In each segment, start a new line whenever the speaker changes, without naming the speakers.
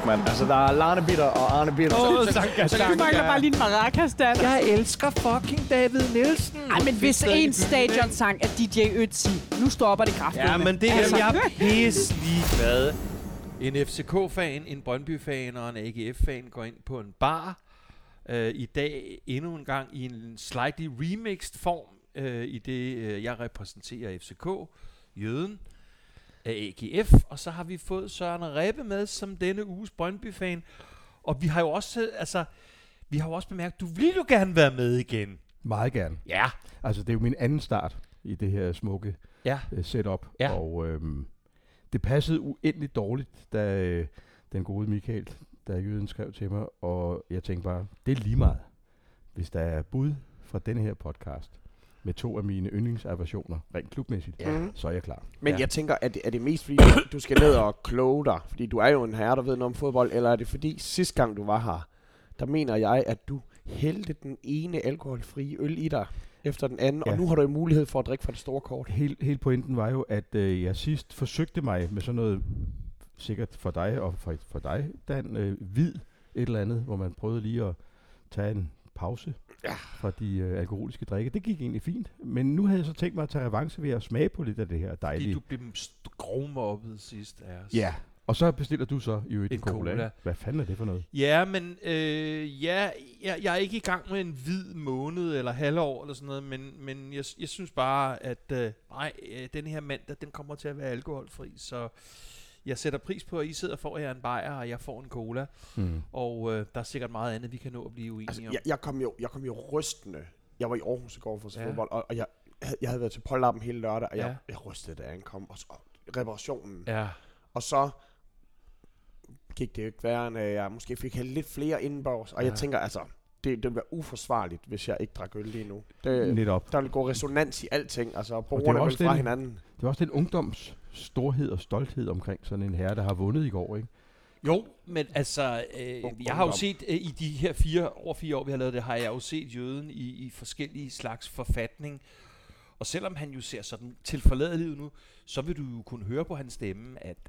fuck, mand. Altså, der er Larne Bitter og Arne Bitter.
Du mangler bare lige en maracas, Dan.
Jeg elsker fucking David Nielsen.
Ej, men hvis en stadionsang er DJ Ötzi, nu stopper det kraftigt.
Ja, men det er jeg pisse ligeglad. En FCK-fan, en Brøndby-fan og en AGF-fan går ind på en bar i dag endnu en gang i en slightly remixed form i det, jeg repræsenterer FCK, Jøden, AGF, og så har vi fået Søren Rebbe med som denne uges Brøndby-fan, og vi har jo også bemærket, du vil jo gerne være med igen.
Meget gerne.
Ja.
Altså, det er jo min anden start i det her smukke setup, og det passede uendeligt dårligt, da den gode Michael, da Jøden skrev til mig, og jeg tænkte bare, det er lige meget. Hvis der er bud fra denne her podcast, med 2 af mine yndlingsaversioner, rent klubmæssigt, så er jeg klar.
Men jeg tænker, er det mest fordi, du skal ned og kloge dig, fordi du er jo en herre, der ved noget om fodbold, eller er det fordi, sidste gang du var her, der mener jeg, at du hældte den ene alkoholfrie øl i dig efter den anden, og nu har du jo mulighed for at drikke fra det store kort.
Helt pointen var jo, at jeg sidst forsøgte mig med sådan noget, sikkert for dig og for dig, Dan, hvid et eller andet, hvor man prøvede lige at tage en pause fra de alkoholiske drikke. Det gik egentlig fint, men nu havde jeg så tænkt mig at tage revanche ved at smage på lidt af det her dejlige.
Fordi du blev grovmobbet sidst af os.
Ja, og så bestiller du så i en cola. Hvad fanden er det for noget?
Ja, men jeg er ikke i gang med en hvid måned eller halvår eller sådan noget, men jeg synes bare, at den her mandag, den kommer til at være alkoholfri, så jeg sætter pris på, at I sidder og får jer en bajer, og jeg får en cola. Og der er sikkert meget andet, vi kan nå at blive uenige om.
Jeg kom jo rystende. Jeg var i Aarhus i går for fodbold, og jeg havde været til Polterappen hele lørdag, og jeg rystede, da jeg ankom. Og så reparationen.
Ja.
Og så gik det jo ikke værre, end jeg måske fik lidt flere indenborgs. Og jeg tænker, altså, det vil være uforsvarligt, hvis jeg ikke drak øl lige nu. Der vil gå resonans i alting, altså brugerne vil fra hinanden.
Det var også den ungdoms storhed og stolthed omkring sådan en herre, der har vundet i går, ikke?
Jo, men altså, jeg har jo set i de her over 4 år, vi har lavet det, har jeg jo set Jøden i forskellige slags forfatning. Og selvom han jo ser sådan tilforladelig ud nu, så vil du jo kunne høre på hans stemme, at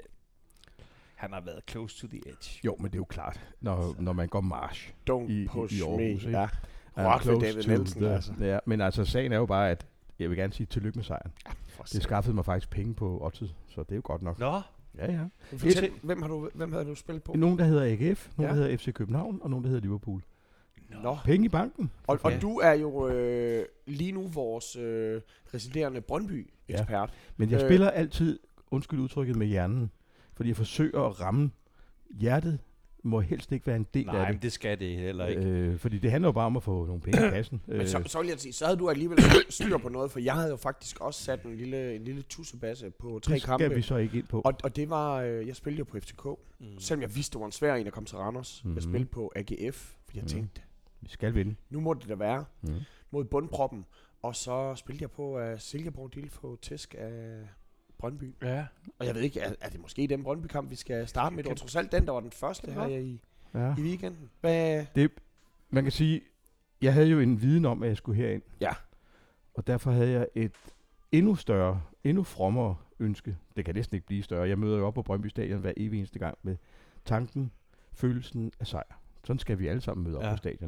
han har været close to the edge.
Jo, men det er jo klart, når man går march i Aarhus.
Ja. Rock ved David Nielsen. Altså.
Ja, men altså, sagen er jo bare, at jeg vil gerne sige tillykke med sejren. Ja, det skaffede mig faktisk penge på oddset, så det er jo godt nok.
Nå.
Ja.
Hvem havde du spillet på?
Nogen, der hedder AGF, nogen, der hedder FC København, og nogen, der hedder Liverpool.
Nå.
Penge i banken.
Og du er jo lige nu vores residerende Brøndby-ekspert.
Ja. Men jeg spiller altid, undskyld udtrykket, med hjernen. Fordi jeg forsøger at ramme hjertet, må helst ikke være en del af det.
Nej, men det skal det heller ikke.
Fordi det handler jo bare om at få nogle penge i kassen.
Men så vil jeg sige, så havde du alligevel styr på noget, for jeg havde jo faktisk også sat en lille tussebasse på 3 kampe.
Det skal vi så ikke ind på.
Og det var, jeg spillede jo på FCK, selvom jeg vidste, det var en svær en at komme til Randers. Jeg spillede på AGF, fordi jeg tænkte,
vi skal vinde.
Nu må det da være mod bundproppen. Og så spillede jeg på Silkeborg Dil på tæsk af Brøndby.
Ja.
Og jeg ved ikke, er det måske den Brøndby-kamp, vi skal starte med? Det var trods alt den, der var den første her i weekenden.
Man kan sige, jeg havde jo en viden om, at jeg skulle herind.
Ja.
Og derfor havde jeg et endnu større, endnu frommere ønske. Det kan næsten ikke blive større. Jeg møder jo op på Brøndby Stadion hver evig eneste gang med tanken, følelsen af sejr. Sådan skal vi alle sammen møde op på stadion,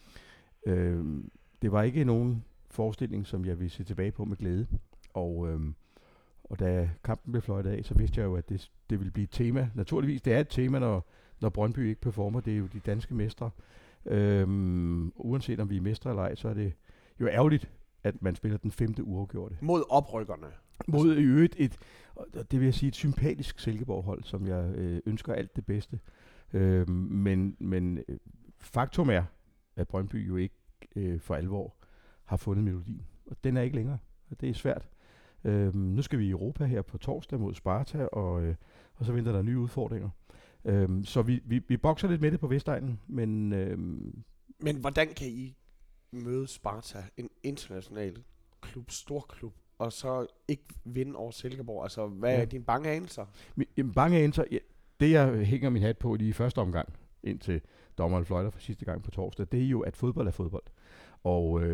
ikke? Det var ikke nogen forestilling, som jeg ville se tilbage på med glæde. Og da kampen blev fløjtet af, så vidste jeg jo, at det ville blive et tema. Naturligvis, det er et tema, når Brøndby ikke performer. Det er jo de danske mestre. Uanset om vi er mestre eller ej, så er det jo ærgerligt, at man spiller den 5. uafgjorte.
Mod oprykkerne.
Mod i øvrigt det vil jeg sige, et sympatisk Silkeborg-hold, som jeg ønsker alt det bedste. Men faktum er, at Brøndby jo ikke for alvor har fundet melodien. Og den er ikke længere. Og det er svært. Nu skal vi i Europa her på torsdag mod Sparta, og så venter der nye udfordringer. Så vi bokser lidt med det på Vestegnen,
men hvordan kan I møde Sparta, en international klub, stor klub, og så ikke vinde over Silkeborg? Altså, hvad er dine bange anelser?
Bange anelser, det jeg hænger min hat på i første omgang, indtil dommeren fløjter for sidste gang på torsdag, det er jo, at fodbold er fodbold. Og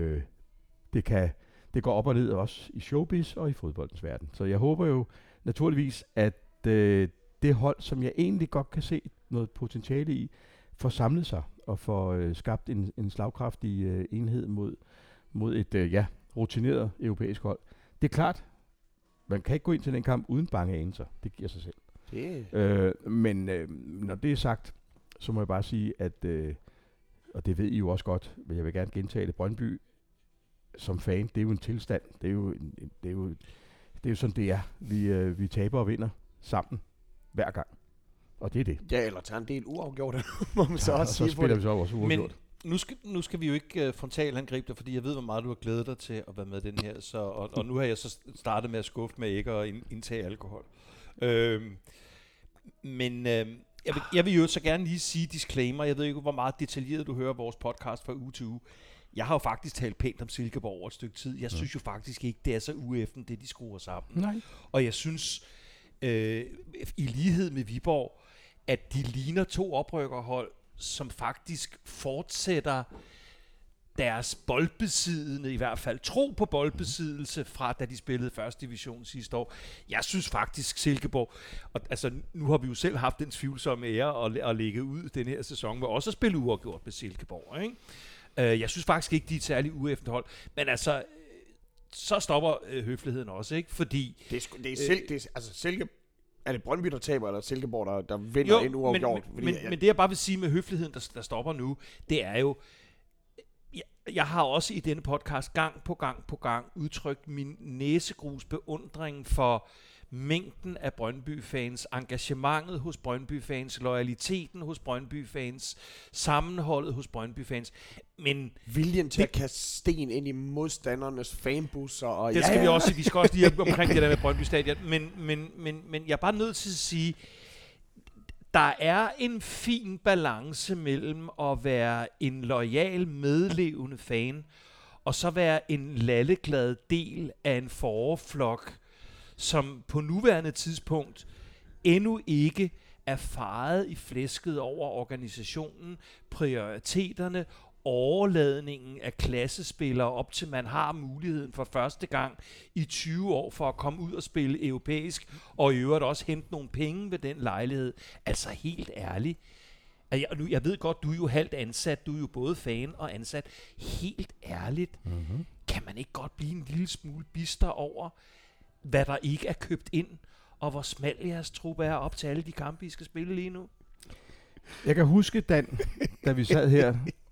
det går op og ned også i showbiz og i fodboldens verden. Så jeg håber jo naturligvis, at det hold, som jeg egentlig godt kan se noget potentiale i, får samlet sig og får skabt en slagkraftig enhed mod et rutineret europæisk hold. Det er klart, man kan ikke gå ind til den kamp uden bange anelser. Det giver sig selv. Men når det er sagt, så må jeg bare sige, at, og det ved I jo også godt, men jeg vil gerne gentage det, Brøndby som fan, det er jo en tilstand. Det er jo sådan, det er. Vi taber og vinder sammen hver gang. Og det er det.
Ja, eller tager en del uafgjort, må man så
Ja,
også
og så
sige.
spiller vi så også uafgjort.
Men nu skal vi jo ikke frontalangribe dig, fordi jeg ved, hvor meget du har glædet dig til at være med den her. Så, og nu har jeg så startet med at skuffe med ikke at indtage alkohol. Men jeg vil jo så gerne lige sige disclaimer. Jeg ved ikke, hvor meget detaljeret du hører vores podcast fra uge til uge. Jeg har jo faktisk talt pænt om Silkeborg over et stykke tid. Jeg synes jo faktisk ikke, det er så UF'en, det de skruer sammen.
Nej.
Og jeg synes, i lighed med Viborg, at de ligner 2 oprykkerhold, som faktisk fortsætter deres boldbesiddende, i hvert fald tro på boldbesiddelse, fra da de spillede første division sidste år. Jeg synes faktisk Silkeborg, og altså nu har vi jo selv haft den tvivlsomme ære at lægge ud den her sæson, med også at spille uafgjort med Silkeborg, ikke? Jeg synes faktisk ikke, de er et særligt UF'en hold, men altså, så stopper høfligheden også, ikke? Fordi
er det Brøndby, der taber, eller Silkeborg, der vinder en uafgjort?
Men det jeg bare vil sige med høfligheden, der stopper nu, det er jo, jeg har også i denne podcast gang på gang udtrykt min næsegrus beundring for mængden af Brøndby-fans, engagementet hos Brøndby-fans, loyaliteten hos Brøndby-fans, sammenholdet hos Brøndby-fans, men
viljen til at kaste sten ind i modstandernes fanbusser. Og
det skal vi skal også lige omkring det der med Brøndby Stadion, men jeg er bare nødt til at sige, der er en fin balance mellem at være en loyal, medlevende fan, og så være en lalleglad del af en forflok, som på nuværende tidspunkt endnu ikke er faret i flæsket over organisationen, prioriteterne, overladningen af klassespillere op til man har muligheden for første gang i 20 år for at komme ud og spille europæisk, og i øvrigt også hente nogle penge ved den lejlighed. Altså helt ærligt. Jeg ved godt, du er jo halvt ansat, du er jo både fan og ansat. Helt ærligt, kan man ikke godt blive en lille smule bister over, hvad der ikke er købt ind, og hvor smal jeres trup er op til alle de kampe, I skal spille lige nu?
Jeg kan huske, Dan, da vi sad her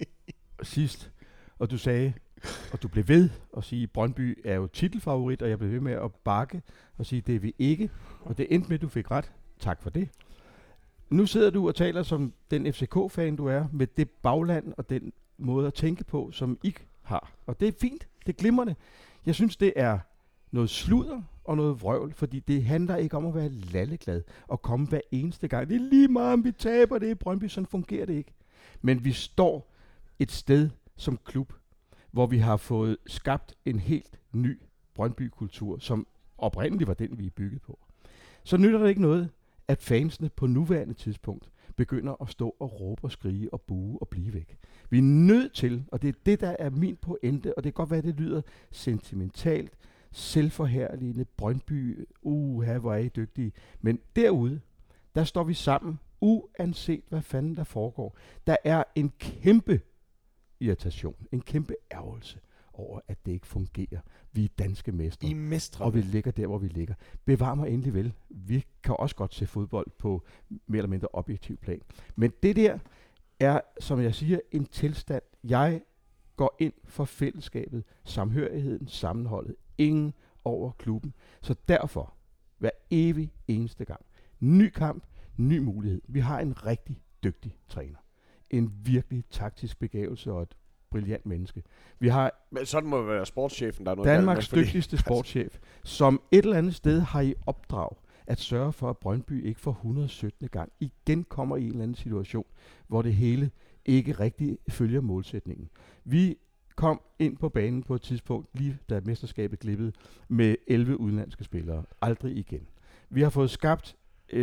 sidst, og du sagde, og du blev ved at sige, at Brøndby er jo titelfavorit, og jeg blev ved med at bakke og sige, det er vi ikke, og det endte med, at du fik ret. Tak for det. Nu sidder du og taler som den FCK-fan, du er, med det bagland og den måde at tænke på, som I har. Og det er fint, det er glimrende. Jeg synes, det er noget sludder og noget vrøvl, fordi det handler ikke om at være lalleglad og komme hver eneste gang. Det er lige meget, om vi taber det i Brøndby, sådan fungerer det ikke. Men vi står et sted som klub, hvor vi har fået skabt en helt ny Brøndby-kultur, som oprindeligt var den, vi er bygget på. Så nytter det ikke noget, at fansene på nuværende tidspunkt begynder at stå og råbe og skrige og buge og blive væk. Vi er nødt til, og det er det, der er min pointe, og det kan godt være, det lyder sentimentalt, selvforherligende, Brøndby, hvor er I dygtige. Men derude, der står vi sammen, uanset hvad fanden der foregår. Der er en kæmpe irritation, en kæmpe ærgelse over, at det ikke fungerer. Vi er danske mestre.
I mestre.
Og vi ligger der, hvor vi ligger. Bevar mig endelig vel. Vi kan også godt se fodbold på mere eller mindre objektiv plan. Men det der er, som jeg siger, en tilstand. Jeg går ind for fællesskabet, samhørigheden, sammenholdet. Ingen over klubben. Så derfor, hver evig eneste gang, ny kamp, ny mulighed. Vi har en rigtig dygtig træner. En virkelig taktisk begævelse og et brilliant menneske. Vi har
men sådan må det være sportschefen, der er noget
Danmarks dygtigste sportschef, som et eller andet sted har i opdrag at sørge for, at Brøndby ikke for 117. gang igen kommer i en eller anden situation, hvor det hele ikke rigtig følger målsætningen. Vi kom ind på banen på et tidspunkt, lige da mesterskabet glippede, med 11 udenlandske spillere. Aldrig igen. Vi har fået skabt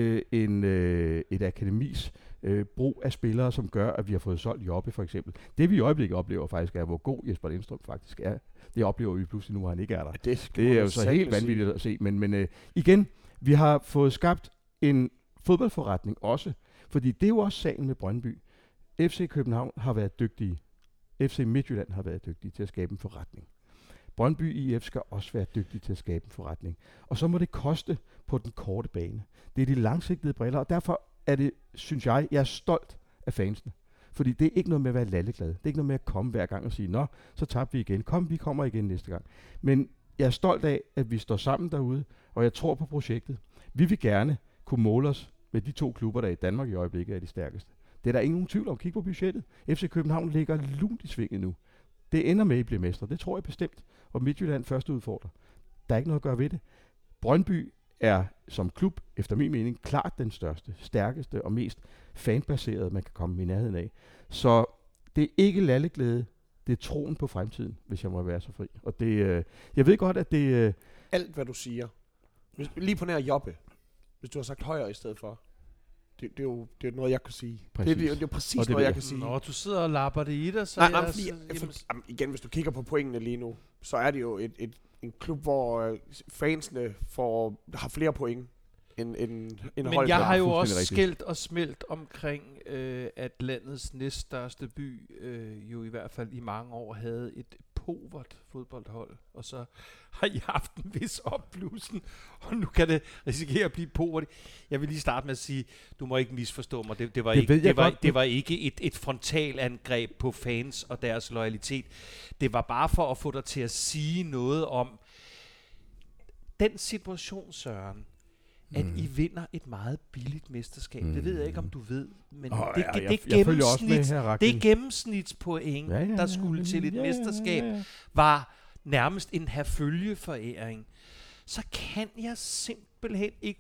et akademis brug af spillere, som gør, at vi har fået solgt Jobbe for eksempel. Det vi i øjeblikket oplever faktisk er, hvor god Jesper Lindstrøm faktisk er. Det oplever vi pludselig nu, hvor han ikke er der. Det er jo så helt vanvittigt at se. Men igen, vi har fået skabt en fodboldforretning også, Fordi det er jo også sagen med Brøndby. FC København har været dygtige. FC Midtjylland har været dygtige til at skabe en forretning. Brøndby IF skal også være dygtige til at skabe en forretning. Og så må det koste på den korte bane. Det er de langsigtede briller, og derfor er det, synes jeg er stolt af fansene. Fordi det er ikke noget med at være lalleglad. Det er ikke noget med at komme hver gang og sige, nå, så tabte vi igen. Kom, vi kommer igen næste gang. Men jeg er stolt af, at vi står sammen derude, og jeg tror på projektet. Vi vil gerne kunne måle os med de 2 klubber, der i Danmark i øjeblikket er de stærkeste. Det er der ingen tvivl om. Kig på budgettet. FC København ligger lunt i svinget nu. Det ender med, at I bliver mestre. Det tror jeg bestemt. Og Midtjylland første udfordrer. Der er ikke noget at gøre ved det. Brøndby er som klub, efter min mening, klart den største, stærkeste og mest fanbaserede, man kan komme i nærheden af. Så det er ikke lalleglæde, det er troen på fremtiden, hvis jeg må være så fri. Og det, jeg ved godt, at det...
Alt, hvad du siger. Lige på nær jobbe. Hvis du har sagt højere i stedet for. Det er jo noget, jeg kan sige.
Præcis.
Det er jo præcis noget, jeg kan sige.
Når du sidder og lapper det i dig, så...
Igen, hvis du kigger på pointene lige nu, så er det jo en klub, hvor fansene har flere point end
Men
holdet.
jeg har jo
fuldstændig
også
rigtigt.
skældt og smelt omkring, at landets næststørste by jo i hvert fald i mange år havde et povert fodboldhold, og så har I haft en vis opblussen, og nu kan det risikere at blive povert. Jeg vil lige starte med at sige, du må ikke misforstå mig, det var ikke et frontalangreb på fans og deres loyalitet. Det var bare for at få dig til at sige noget om den situation, Søren, at I vinder et meget billigt mesterskab. Det ved jeg ikke, om du ved, men det er gennemsnitspoint, der skulle til et mesterskab, var nærmest en herfølgeforæring. Så kan jeg simpelthen ikke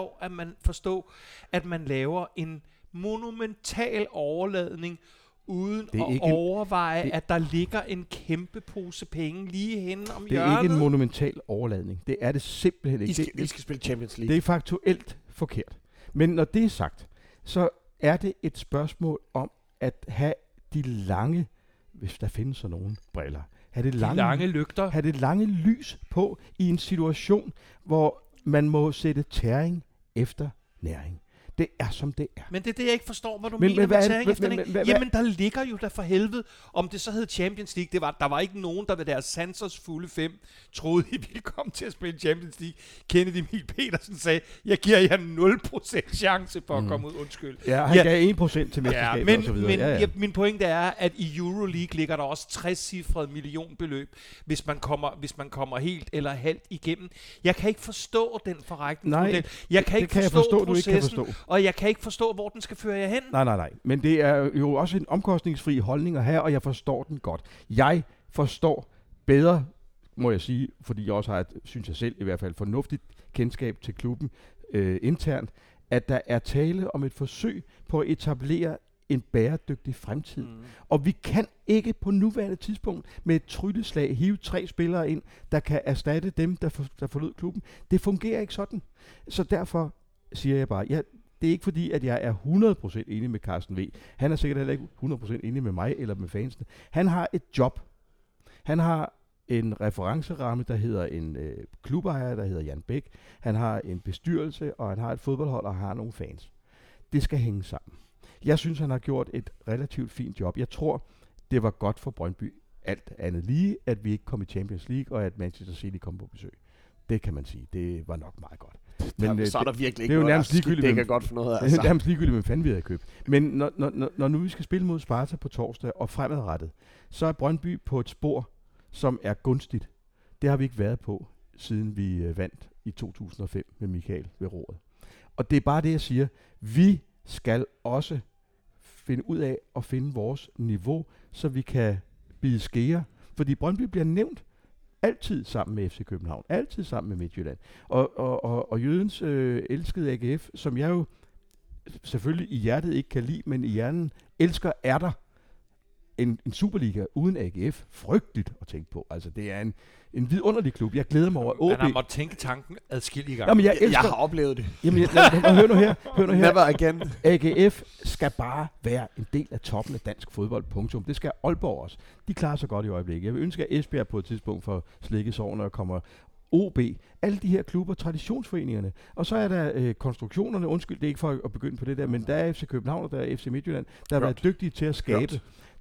forstå, at man laver en monumental overladning, uden at overveje, at der ligger en kæmpe pose penge lige henne om hjørnet.
Det er ikke en monumental overladning. Det er det simpelthen ikke.
I skal spille Champions League.
Det er faktuelt forkert. Men når det er sagt, så er det et spørgsmål om at have de lange, hvis der findes sådan nogle briller, have det
lange lygter,
have det lange lys på i en situation, hvor man må sætte tæring efter næring. Det er som det er.
Men det er det, jeg ikke forstår, hvad du mener med tæring efter næring. Jamen, der ligger jo der for helvede, om det så hed Champions League. Der var ikke nogen, der ved deres sansers fulde 5 troede, I ville komme til at spille Champions League. Kennedy Emil Petersen sagde, jeg giver jer 0% chance for at komme ud. Undskyld.
Ja, han gav 1% til mesterskabet og så videre.
Men min pointe er, at i Euroleague ligger der også 60-cifret millionbeløb, hvis man kommer helt eller halvt igennem. Jeg kan ikke forstå den forretningsmodel. Jeg kan ikke forstå processen. Og jeg kan ikke forstå, hvor den skal føre jer hen.
Nej. Men det er jo også en omkostningsfri holdning at have, og jeg forstår den godt. Jeg forstår bedre, må jeg sige, fordi jeg også har synes jeg selv, i hvert fald fornuftigt kendskab til klubben internt, at der er tale om et forsøg på at etablere en bæredygtig fremtid. Og vi kan ikke på nuværende tidspunkt med et trylleslag hive 3 spillere ind, der kan erstatte dem, der forlod klubben. Det fungerer ikke sådan. Så derfor siger jeg bare, det er ikke fordi, at jeg er 100% enig med Carsten V. Han er sikkert heller ikke 100% enig med mig eller med fansene. Han har et job. Han har en referenceramme, der hedder en klubejer, der hedder Jan Bæk. Han har en bestyrelse, og han har et fodboldhold, og har nogle fans. Det skal hænge sammen. Jeg synes, han har gjort et relativt fint job. Jeg tror, det var godt for Brøndby alt andet lige, at vi ikke kom i Champions League, og at Manchester City kom på besøg. Det kan man sige. Det var nok meget godt.
Men så er der virkelig ikke
noget,
det er godt for noget.
Altså. Det er nærmest ligegyldigt, med fanden vi havde købt. Men når nu vi skal spille mod Sparta på torsdag og fremadrettet, så er Brøndby på et spor, som er gunstigt. Det har vi ikke været på, siden vi vandt i 2005 med Michael ved roret. Og det er bare det, jeg siger. Vi skal også finde ud af at finde vores niveau, så vi kan bide skære. Fordi Brøndby bliver nævnt altid sammen med FC København. Altid sammen med Midtjylland. Og Jødens elskede AGF, som jeg jo selvfølgelig i hjertet ikke kan lide, men i hjernen elsker, er der en Superliga uden AGF. Frygteligt at tænke på. Altså, det er en vidunderlig klub. Jeg glæder mig over OB.
Man har måttet tænke tanken adskillige gange.
Jamen,
jeg har oplevet det.
Jamen, hør nu her.
Never again.
AGF skal bare være en del af toppen af dansk fodbold. Punktum. Det skal Aalborg også. De klarer sig godt i øjeblikket. Jeg vil ønske, at Esbjerg på et tidspunkt får slikket sårene og kommer OB, alle de her klubber, traditionsforeningerne. Og så er der konstruktionerne, undskyld, det er ikke for at begynde på det der, men der er FC København, og der er FC Midtjylland, der har været dygtige til at skabe,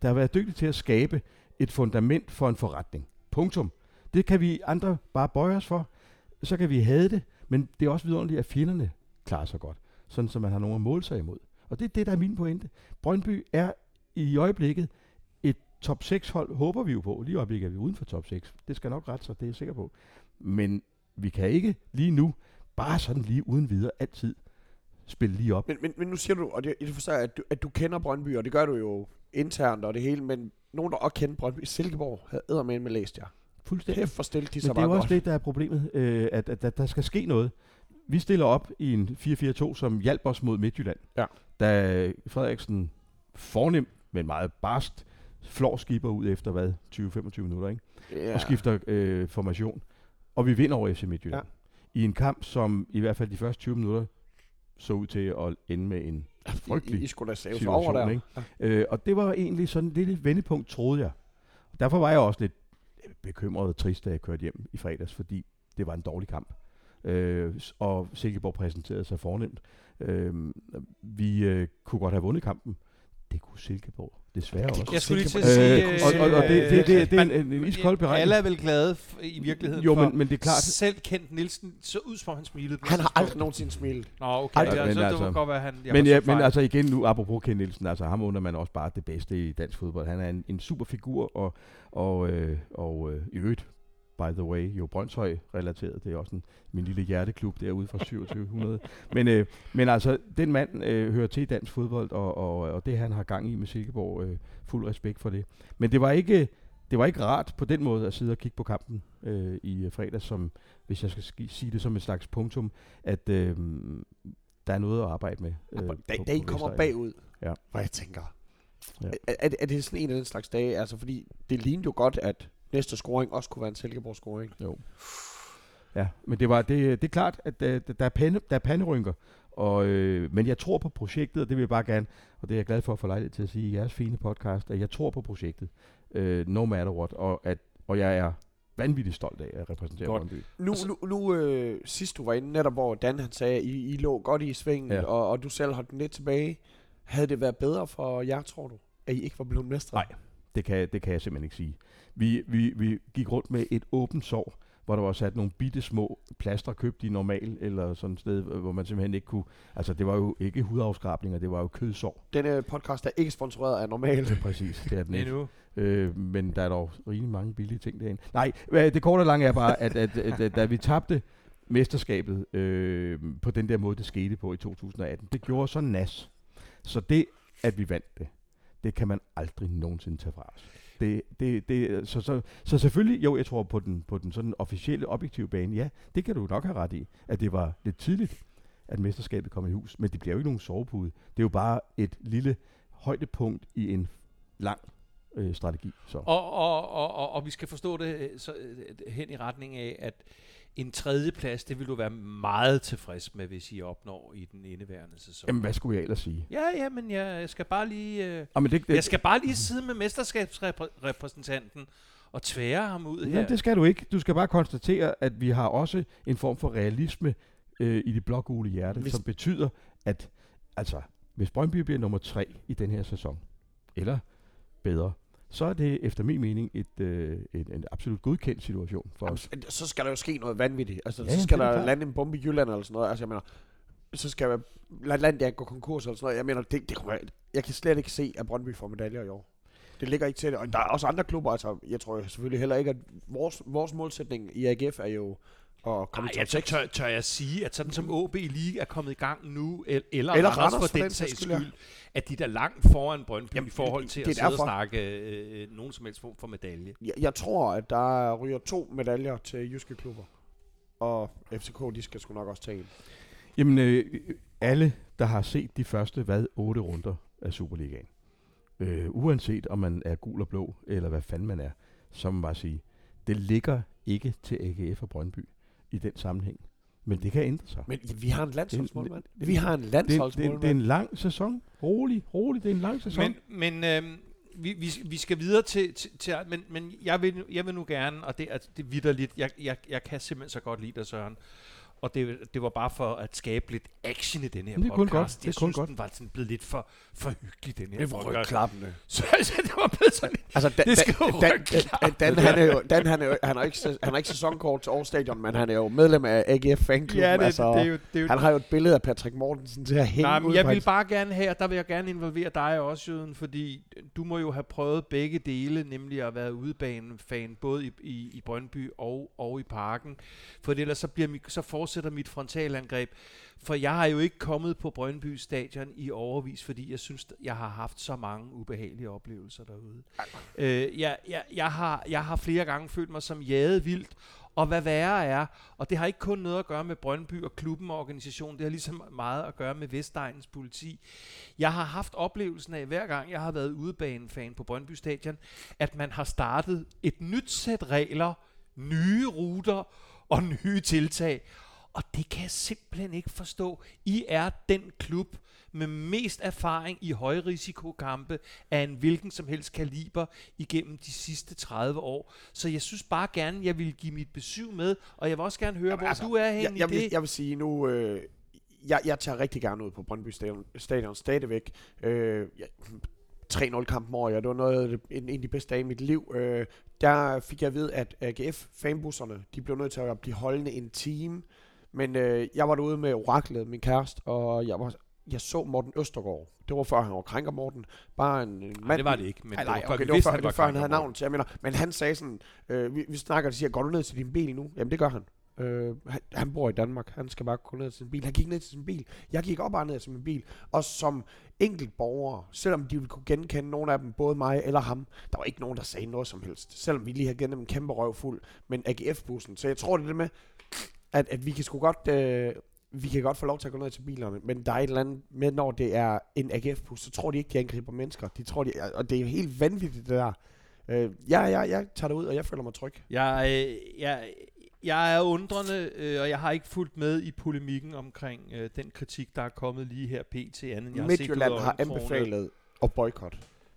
et fundament for en forretning. Punktum. Det kan vi andre bare bøje os for, så kan vi have det, men det er også vidunderligt, at fjenderne klarer sig godt, sådan så man har nogen at måle sig imod. Og det er det, der er min pointe. Brøndby er i øjeblikket et top 6 hold, håber vi jo på. Lige i øjeblikket er vi uden for top 6. Det skal nok rette sig, det er jeg sikker på. Men vi kan ikke lige nu, bare sådan lige uden videre, altid spille lige op.
Men nu siger du, og det forstår jeg, at du kender Brøndby, og det gør du jo internt og det hele, men nogen, der også kender Brøndby, Silkeborg, havde eddermame læst jer.
Fuldstændig.
Kæft for stille, de så
men det er jo også det, der er problemet, at der skal ske noget. Vi stiller op i en 4-4-2, som hjalp os mod Midtjylland.
Ja.
Da Frederiksen fornemt, men meget barst, flår skipper ud efter, 20-25 minutter, ikke?
Ja.
Og skifter formation. Og vi vinder over FC Midtjylland. Ja. I en kamp, som i hvert fald de første 20 minutter så ud til at ende med en frygtelig situation, over der. Ikke? Ja. Og det var egentlig sådan et lille vendepunkt, troede jeg. Derfor var jeg også lidt bekymret og trist, da jeg kørte hjem i fredags, fordi det var en dårlig kamp. Og Silkeborg præsenterede sig fornemt. Vi kunne godt have vundet kampen. Det kunne Silkeborg desværre også.
Jeg skulle lige til at sige...
og det er en iskold beregning.
Alle er vel glade i virkeligheden
jo, men det er klart.
Selv Kent Nielsen så ud som han smilede.
Han har aldrig nogensinde smilet.
Nå, okay. Det var godt være, han...
Men altså igen nu, apropos Kent Nielsen, altså ham under man også bare det bedste i dansk fodbold. Han er en super figur, og i øvrigt, by the way, jo Brøndshøj-relateret. Det er også min lille hjerteklub derude fra 2700. Men altså, den mand hører til dansk fodbold, og det han har gang i med Silkeborg, fuld respekt for det. Men det var ikke rart på den måde at sidde og kigge på kampen i fredags, som, hvis jeg skal sige det som et slags punktum, at der er noget at arbejde med.
Da I kommer bagud,
ja.
Hvor jeg tænker,
ja.
Er det sådan en af den slags dage? Altså, fordi det lignede jo godt, at næste scoring også kunne være en Silkeborg-scoring.
Jo. Ja, men det er klart, at der er panderynker, men jeg tror på projektet, og det vil jeg bare gerne, og det er jeg glad for at få lejlighed til at sige i jeres fine podcast, at jeg tror på projektet, no matter what, og jeg er vanvittigt stolt af at repræsentere Brøndby.
Nu sidst du var inde, netop hvor Dan han sagde, at I lå godt i svingen, ja. og du selv holdt den lidt tilbage. Havde det været bedre for jer, tror du, at I ikke var blevet mestre?
Nej, det kan jeg simpelthen ikke sige. Vi gik rundt med et åbent sår, hvor der var sat nogle bitte små plaster købt i normal, eller sådan et sted, hvor man simpelthen ikke kunne... Altså, det var jo ikke hudafskrabninger, det var jo kødsår.
Denne podcast er ikke sponsoreret af normal.
Præcis, det er den ikke. Men der er dog rimelig mange billige ting derinde. Nej, det korte og lange er bare, at da vi tabte mesterskabet på den der måde, det skete på i 2018, det gjorde så nas. Så det, at vi vandt det kan man aldrig nogensinde tage fra os. Så selvfølgelig, jo, jeg tror på den sådan officielle, objektive bane, ja, det kan du nok have ret i, at det var lidt tidligt, at mesterskabet kom i hus, men det bliver jo ikke nogen sovepude. Det er jo bare et lille højdepunkt i en lang strategi. Så.
Og vi skal forstå det hen i retning af, at en tredjeplads, det vil du være meget tilfreds med, hvis I opnår i den indeværende sæson.
Jamen, hvad skulle jeg ellers sige?
Ja, men jeg skal bare lige... jeg skal bare lige sidde med mesterskabsrepræsentanten og tvære ham ud her.
Ja, det skal du ikke. Du skal bare konstatere, at vi har også en form for realisme i det blågule hjerte, som betyder, at altså, hvis Brøndby bliver nummer 3 i den her sæson, eller bedre, så er det efter min mening en absolut godkendt situation for os.
Så skal der jo ske noget vanvittigt. Altså, så skal der lande en bombe i Jylland eller sådan noget. Altså, jeg mener, så skal landet ikke gå konkurs eller sådan noget. Jeg mener, jeg kan slet ikke se, at Brøndby får medaljer i år. Det ligger ikke til det. Og der er også andre klubber. Altså, jeg tror selvfølgelig heller ikke, at vores målsætning i AGF er jo at komme i top 6.
Tør jeg sige, at sådan som OB League er kommet i gang nu, eller Randers for den sags skyld, at de der langt foran Brøndby i forhold til at sidde og snakke nogen som helst form for medalje.
Jeg tror, at der ryger 2 medaljer til jyske klubber, og FCK, de skal sgu nok også tage en.
Jamen, alle, der har set de første, 8 runder af Superligaen, uanset om man er gul og blå, eller hvad fanden man er, så må man bare sige, det ligger ikke til AGF og Brøndby i den sammenhæng. Men det kan ændre sig.
Men vi har en landsholdsmålmand. Det er en lang sæson.
Rolig. Det er en lang sæson.
vi skal videre til men jeg vil nu gerne, og det er vitterligt, jeg kan simpelthen så godt lide dig, Søren. Og det var bare for at skabe lidt action i den her podcast.
Godt.
Jeg synes, den var sådan blevet lidt for hyggelig, den her
Det var rygklappende.
Så det var blevet sådan lidt...
Altså,
Dan,
han har ikke sæsonkort til Aarhus Stadion, men han er jo medlem af AGF fanklubben.
Ja, det er jo
han har jo et billede af Patrick Mortensen til at hænge ud.
Jeg vil bare gerne have, der vil jeg gerne involvere dig også, Jøden, fordi du må jo have prøvet begge dele, nemlig at være udebanefan, både i Brøndby og i Parken. For ellers så fortsætter mit frontalangreb. For jeg har jo ikke kommet på Brøndby Stadion i overvis, fordi jeg synes, jeg har haft så mange ubehagelige oplevelser derude. Jeg har flere gange følt mig som jaget vildt, og hvad værre er, og det har ikke kun noget at gøre med Brøndby og klubben og organisationen, det har ligesom meget at gøre med Vestegnens politi. Jeg har haft oplevelsen af, hver gang jeg har været udebanefan på Brøndby Stadion, at man har startet et nyt sæt regler, nye ruter og nye tiltag. Og det kan jeg simpelthen ikke forstå. I er den klub med mest erfaring i højrisikokampe af en hvilken som helst kaliber igennem de sidste 30 år. Så jeg synes bare gerne, jeg vil give mit besøg med, og jeg vil også gerne høre, hvor du er henne i det.
Jeg vil sige nu, jeg tager rigtig gerne ud på Brøndby Stadion stadigvæk. 3-0-kampen over, det var en af de bedste dage i mit liv. Der fik jeg at vide, at AGF-fanbusserne, de blev nødt til at blive holdende en time. Men jeg var derude med oraklet, min kæreste, og jeg så Morten Østergaard. Det var før han var krænker Morten. Bare en mand.
Nej, det var det ikke. Men
det var før han havde navn til. Men han sagde sådan, vi snakker og siger, går du ned til din bil nu? Jamen det gør han. Han bor i Danmark. Han skal bare gå ned til sin bil. Han gik ned til sin bil. Jeg gik op og ned til min bil. Og som enkelt borger, selvom de ville kunne genkende nogle af dem, både mig eller ham, der var ikke nogen, der sagde noget som helst. Selvom vi lige havde gennem en kæmpe røv fuld. Men AGF-bussen. Så jeg tror, det er det med, at vi kan sgu godt... vi kan godt få lov til at gå ned til bilerne, men der er et eller andet med, når det er en AGF-bus, så tror de ikke, de angriber mennesker. De tror, og det er jo helt vanvittigt, det der. Jeg tager det ud, og jeg føler mig tryg.
Jeg er undrende, og jeg har ikke fulgt med i polemikken omkring den kritik, der er kommet lige her pt. Anden jeg
Midtjylland har anbefalet at boykotte.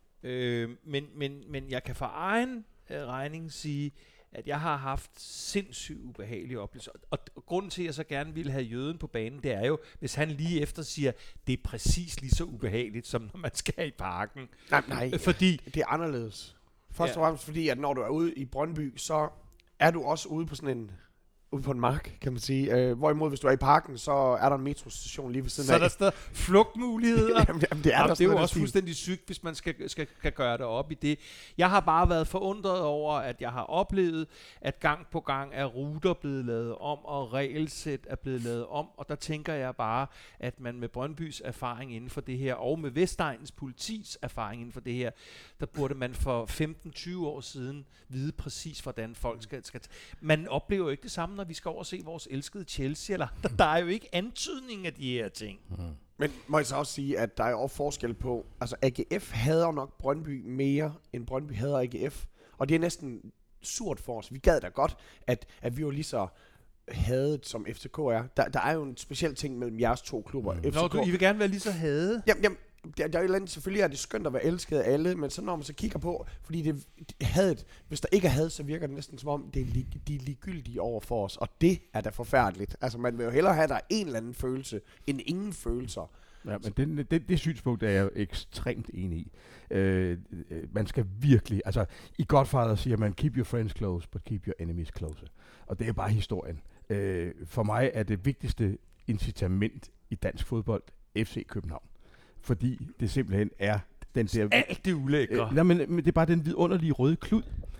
Men jeg kan for egen regning sige, at jeg har haft sindssygt ubehagelige oplevelser. Og grunden til, at jeg så gerne ville have Jøden på banen, det er jo, hvis han lige efter siger, det er præcis lige så ubehageligt, som når man skal i Parken.
Nej,
fordi
det er anderledes. Først og fremmest fordi, at når du er ude i Brøndby, så er du også ude på sådan en... ude på en mark, kan man sige. Hvorimod, hvis du er i Parken, så er der en metrostation lige ved siden af.
Så er der stadig flugtmuligheder.
Jamen, det er
det er jo også fuldstændig sygt, hvis man skal gøre det op i det. Jeg har bare været forundret over, at jeg har oplevet, at gang på gang er ruter blevet lavet om, og regelsæt er blevet lavet om. Og der tænker jeg bare, at man med Brøndbys erfaring inden for det her, og med Vestegnens politis erfaring inden for det her, der burde man for 15-20 år siden vide præcis, hvordan folk skal. Man oplever jo ikke det samme, når vi skal over og se vores elskede Chelsea, eller der er jo ikke antydning af de her ting.
Men må jeg så også sige, at der er jo forskel på, altså AGF hader nok Brøndby mere, end Brøndby hader AGF, og det er næsten surt for os. Vi gad da godt, at vi var lige så hadet, som FCK er. Der er jo en speciel ting mellem jeres to klubber.
FCK. I vil gerne være lige så hadet?
Jamen, der er jo et eller andet, selvfølgelig er det skønt at være elsket af alle, men så når man så kigger på, fordi det hadet, hvis der ikke er had, så virker det næsten som om, de er ligegyldige over for os, og det er da forfærdeligt. Altså man vil jo hellere have, at der er en eller anden følelse, end ingen følelser.
Ja, men det synspunkt er jeg jo ekstremt enig i. Man skal virkelig, altså i Godfather siger man, keep your friends close, but keep your enemies closer. Og det er bare historien. For mig er det vigtigste incitament i dansk fodbold FC København. Fordi det simpelthen er den der...
Alt det ulækre.
Men det er bare den vidunderlige røde klud.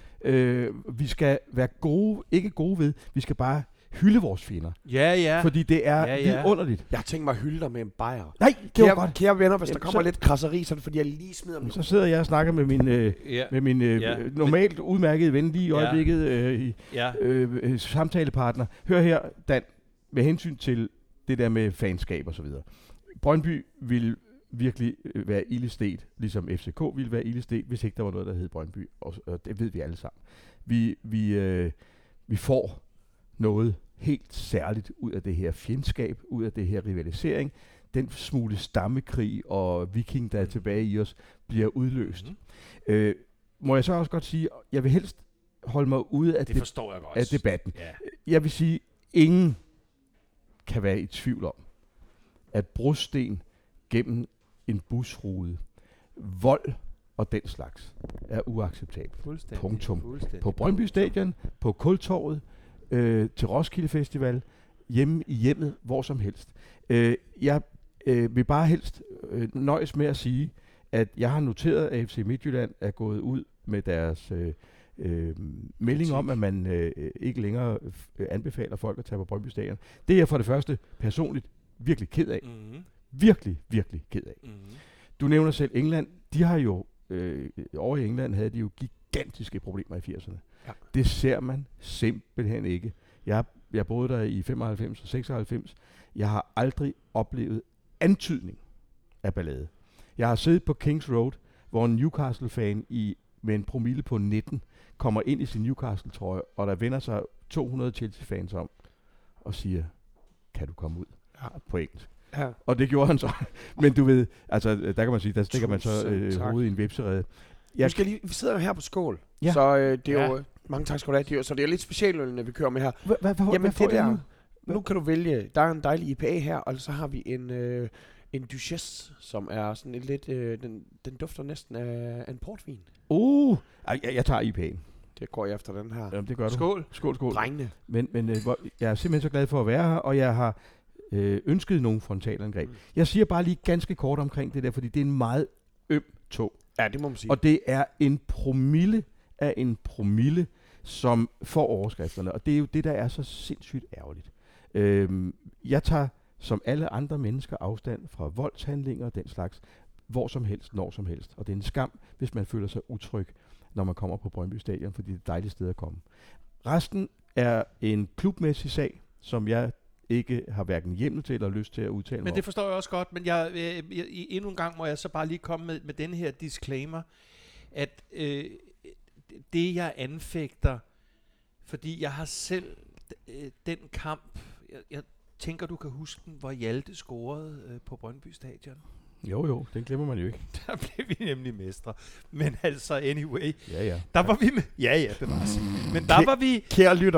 Vi skal være gode, ikke gode ved, vi skal bare hylde vores fjender.
Ja.
Fordi det er vidunderligt.
Jeg har tænkt mig at hylde dig med en bajer.
Nej, det var godt.
Kære venner, hvis der kommer lidt krasseri, så er det fordi, jeg lige smider dem.
Så sidder jeg og snakker med min normalt udmærkede ven lige i øjeblikket, samtalepartner. Hør her, Dan, med hensyn til det der med fanskab og så videre. Brøndby vil virkelig være ildestet, ligesom FCK ville være ildestet, hvis ikke der var noget, der hed Brøndby, og det ved vi alle sammen. Vi får noget helt særligt ud af det her fjendskab, ud af det her rivalisering. den smule stammekrig og viking, der er tilbage i os, bliver udløst. Må jeg så også godt sige, jeg vil helst holde mig ude af,
Det forstår jeg godt.
af debatten.
Ja.
Jeg vil sige, ingen kan være i tvivl om, at brosten gennem en busrude, vold og den slags, er uacceptabelt.
Fuldstændig.
Punktum.
Fuldstændig.
På Brøndby Stadion, på Kultorvet, til Roskilde Festival, hjemme i hjemmet, hvor som helst. Jeg vil bare helst nøjes med at sige, at jeg har noteret, at FC Midtjylland er gået ud med deres melding om, at man ikke længere anbefaler folk at tage på Brøndby Stadion. Det er jeg for det første personligt virkelig ked af. Virkelig, virkelig ked af. Du nævner selv England. De har jo, over i England havde de jo gigantiske problemer i 80'erne.
Ja.
Det ser man simpelthen ikke. Jeg boede der i 95 og 96. Jeg har aldrig oplevet antydning af ballade. Jeg har siddet på Kings Road, hvor en Newcastle-fan med en promille på 19 kommer ind i sin Newcastle-trøje, og der vender sig 200 Chelsea-fans om og siger, kan du komme ud? Ja. På engelsk.
Ja.
Og det gjorde han så. Men du ved, altså der kan man sige, der stikker man så hovedet i en vipserede.
Vi sidder jo her på Skål,
ja.
Så det er jo... Mange tak skal du have. Så det er lidt specielt, når vi kører med her.
Jamen
det der... Nu kan du vælge. Der er en dejlig IPA her, og så har vi en Duchesse, som er sådan lidt... den dufter næsten af en portvin.
Jeg tager IPA'en.
Det går jeg efter den her.
Jamen, det gør
Skål.
Du. Skål.
Drengene.
Men jeg er simpelthen så glad for at være her, og jeg har ønsket nogle frontalangreb. Jeg siger bare lige ganske kort omkring det der, fordi det er en meget øm tog.
Ja, det må man sige.
Og det er en promille af en promille, som får overskrifterne. Og det er jo det, der er så sindssygt ærgerligt. Jeg tager som alle andre mennesker afstand fra voldshandlinger og den slags, hvor som helst, når som helst. Og det er en skam, hvis man føler sig utryg, når man kommer på Brøndby Stadion, fordi det er et dejligt sted at komme. Resten er en klubmæssig sag, som jeg ikke har hverken hjemmel til eller lyst til at udtale mig
Men
om.
det forstår jeg også godt, men endnu en gang må jeg så bare lige komme med den her disclaimer, at det jeg anfægter, fordi jeg har selv den kamp, jeg tænker du kan huske den, hvor Hjalte scorede på Brøndby Stadion.
Jo, den glemmer man jo ikke.
Der blev vi nemlig mestre. Men altså, anyway.
Ja.
Der var vi med. Ja, det var så. Men der var vi...
Kære lytter.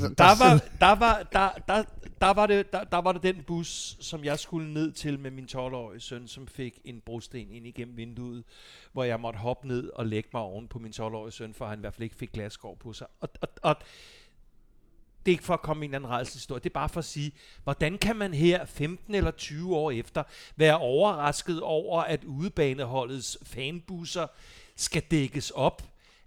Der var det den bus, som jeg skulle ned til med min 12-årige søn, som fik en brosten ind igennem vinduet, hvor jeg måtte hoppe ned og lægge mig oven på min 12-årige søn, for han i hvert fald ikke fik glasskår på sig. Og det er ikke for at komme med en anden rædselshistorie, det er bare for at sige, hvordan kan man her 15 eller 20 år efter være overrasket over, at udebaneholdets fanbusser skal dækkes op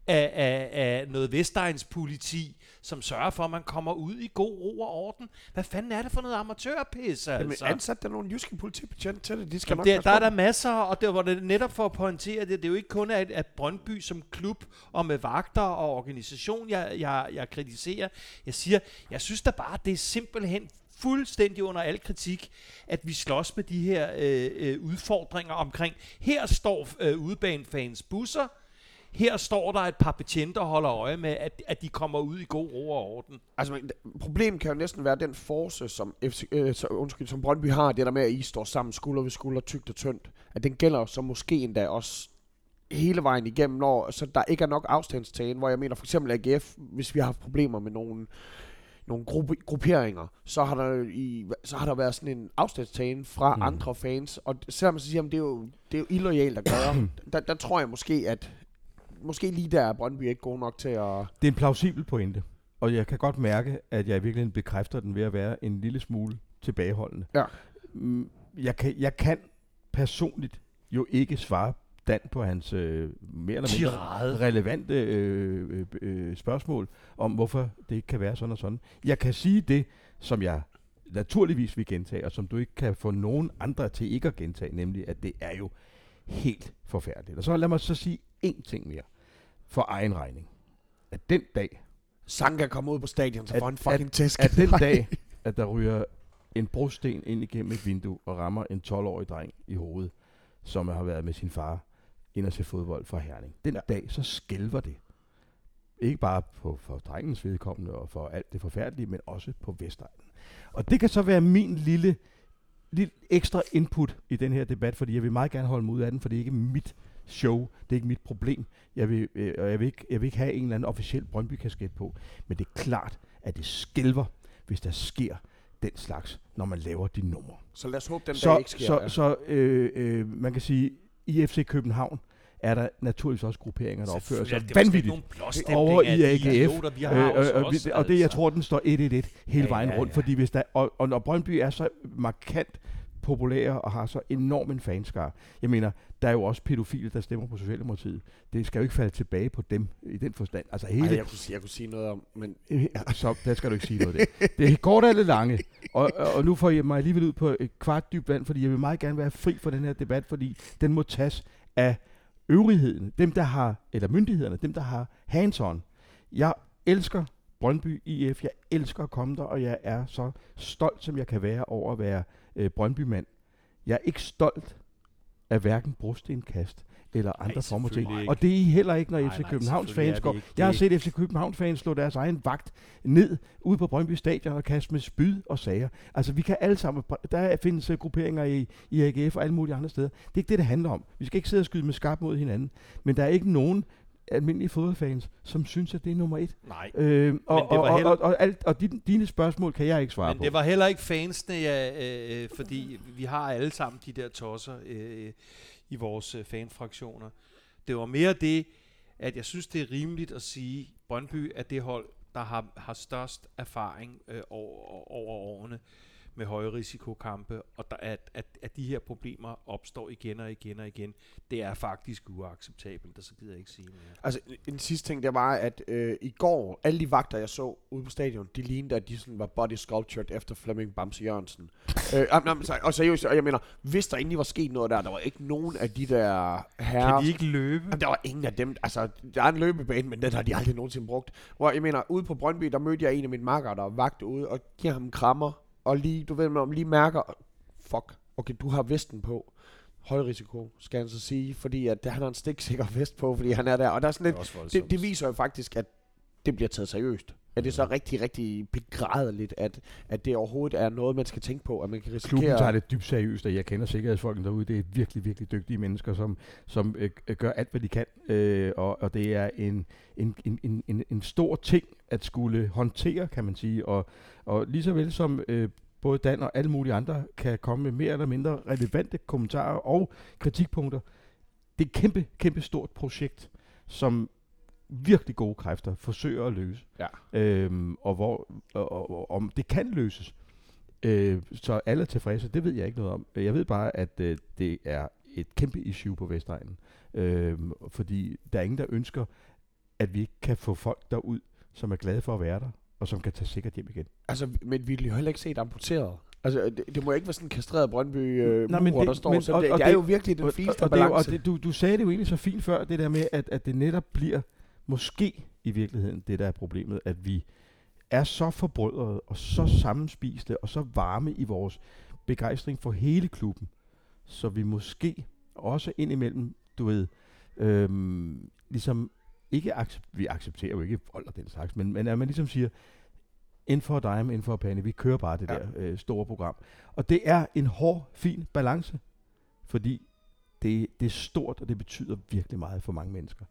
af noget Vestegns politi, som sørger for, at man kommer ud i god ro og orden. Hvad fanden er det for noget amatørpis, altså?
Jamen, ansat der nogle jyske politibetjente til det, de skal nok
der er der masser, og det var det netop for at pointere det. Det er jo ikke kun at Brøndby som klub og med vagter og organisation, jeg kritiserer. Jeg siger, jeg synes da bare, det er simpelthen fuldstændig under al kritik, at vi slås med de her udfordringer omkring. Her står udebanefans busser. Her står der et par betjenter og holder øje med, at de kommer ud i god ro og orden.
Altså, problemet kan jo næsten være den force, som som Brøndby har, det der med, at I står sammen skulder ved skulder, tykt og tyndt. At den gælder så måske endda også hele vejen igennem, når så der ikke er nok afstandstagen, hvor jeg mener for eksempel AGF, hvis vi har haft problemer med nogle grupperinger, så har der været sådan en afstandstagen fra andre fans, og selvom man så siger, at det er jo illoyalt at gøre, der tror jeg måske, at måske lige der er Brøndby ikke god nok til at...
Det er en plausibel pointe, og jeg kan godt mærke, at jeg i virkeligheden bekræfter den ved at være en lille smule tilbageholdende.
Ja.
Jeg kan personligt jo ikke svare Dan på hans mere eller mindre relevante spørgsmål om, hvorfor det ikke kan være sådan og sådan. Jeg kan sige det, som jeg naturligvis vil gentage, og som du ikke kan få nogen andre til ikke at gentage, nemlig at det er jo helt forfærdeligt. Og så lad mig så sige én ting mere for egen regning. At den dag...
Sanka kommer ud på stadion, så får en fucking tæsk.
At den dag, at der ryger en brosten ind igennem et vindue og rammer en 12-årig dreng i hovedet, som har været med sin far ind og se fodbold fra Herning. Den dag, så skælver det. Ikke bare for drengens vedkommende og for alt det forfærdelige, men også på Vestegnen. Og det kan så være min lidt ekstra input i den her debat, fordi jeg vil meget gerne holde mig ud af den, for det er ikke mit show, det er ikke mit problem. Jeg vil ikke have en eller anden officiel Brøndby-kasket på, men det er klart, at det skælver, hvis der sker den slags, når man laver de numre.
Så lad os håbe, den der ikke sker.
Så man kan sige, i FC København er der naturligvis også grupperinger, der opfører sig vanvittigt over i AGF. Og det, jeg tror, den står 1-1 hele vejen rundt, fordi hvis der, og når Brøndby er så markant populære og har så enorm en fanskare. Jeg mener, der er jo også pædofile, der stemmer på Socialdemokratiet. Det skal jo ikke falde tilbage på dem i den forstand. Altså hele...
jeg kunne sige noget om, men...
Så der skal du ikke sige noget af det. Det er kort eller lange, og nu får jeg mig alligevel ud på et kvart dybt vand, fordi jeg vil meget gerne være fri for den her debat, fordi den må tages af øvrigheden, dem der har, eller myndighederne, dem der har hands-on. Jeg elsker Brøndby IF, jeg elsker at komme der, og jeg er så stolt, som jeg kan være over at være Brøndby-mand. Jeg er ikke stolt af hverken brostenkast eller andre former ting. Og det er I heller ikke, når FC Københavns fans går. Jeg har set FC Københavns fans slå deres egen vagt ned ude på Brøndby Stadion og kaste med spyd og sager. Altså vi kan alle sammen, der findes grupperinger i AGF og alle mulige andre steder. Det er ikke det handler om. Vi skal ikke sidde og skyde med skarp mod hinanden. Men der er ikke nogen almindelige fodboldfans, som synes, at det er nummer 1.
Nej.
Og dine spørgsmål kan jeg ikke svare på.
Men det var heller ikke fansene, fordi vi har alle sammen de der tosser i vores fanfraktioner. Det var mere det, at jeg synes, det er rimeligt at sige, at Brøndby er det hold, der har størst erfaring over årene med højrisikokampe, og at de her problemer opstår igen og igen og igen, det er faktisk uacceptabelt, og så gider jeg ikke sige mere.
Altså, en sidste ting, det var, at i går, alle de vagter, jeg så ude på stadion, de lignede, at de sådan var body sculptured efter Flemming Bamse Jørgensen. Og seriøst, og jeg mener, hvis der egentlig var sket noget der var ikke nogen af de der herrer...
Kan de ikke løbe?
Jamen, der var ingen af dem, altså, der er en løbebane, men den har de aldrig nogensinde brugt. Hvor jeg mener, ude på Brøndby, der mødte jeg en af mine makkere, der var vagt ude, og giver ham krammer, og lige, du ved, man lige mærker, fuck, okay, du har vesten på. Høj risiko, skal han så sige, fordi at han har en stiksikker vest på, fordi han er der. Og der er sådan lidt, det viser jo faktisk, at det bliver taget seriøst. At det er så rigtig, rigtig begrædeligt, at det overhovedet er noget, man skal tænke på, at man kan risikere...
Klubben tager det dybt seriøst, og jeg kender sikkerhedsfolkene derude. Det er virkelig, virkelig dygtige mennesker, som gør alt, hvad de kan. Og det er en stor ting at skulle håndtere, kan man sige. Og lige så vel som både Dan og alle mulige andre kan komme med mere eller mindre relevante kommentarer og kritikpunkter. Det er et kæmpe, kæmpe stort projekt, som virkelig gode kræfter forsøger at løse. Ja. Og om det kan løses, så alle er tilfredse, det ved jeg ikke noget om. Jeg ved bare, at det er et kæmpe issue på Vestegnen. Fordi der er ingen, der ønsker, at vi ikke kan få folk derud, som er glade for at være der, og som kan tage sikkert hjem igen.
Altså, men vi vil jo heller ikke se det amputeret. Altså, det må ikke være sådan en kastreret Brøndby-mur, der står. Så det er jo virkelig den fineste balance.
Du sagde det jo egentlig så fint før, det der med, at det netop bliver måske i virkeligheden det, der er problemet, at vi er så forbrødrede og så sammenspiste og så varme i vores begejstring for hele klubben, så vi måske også indimellem, du ved, ligesom ikke vi accepterer jo ikke vold og den slags, men at man ligesom siger, ind for dime, ind for pande, vi kører bare det der store program. Og det er en hård, fin balance, fordi det er stort, og det betyder virkelig meget for mange mennesker.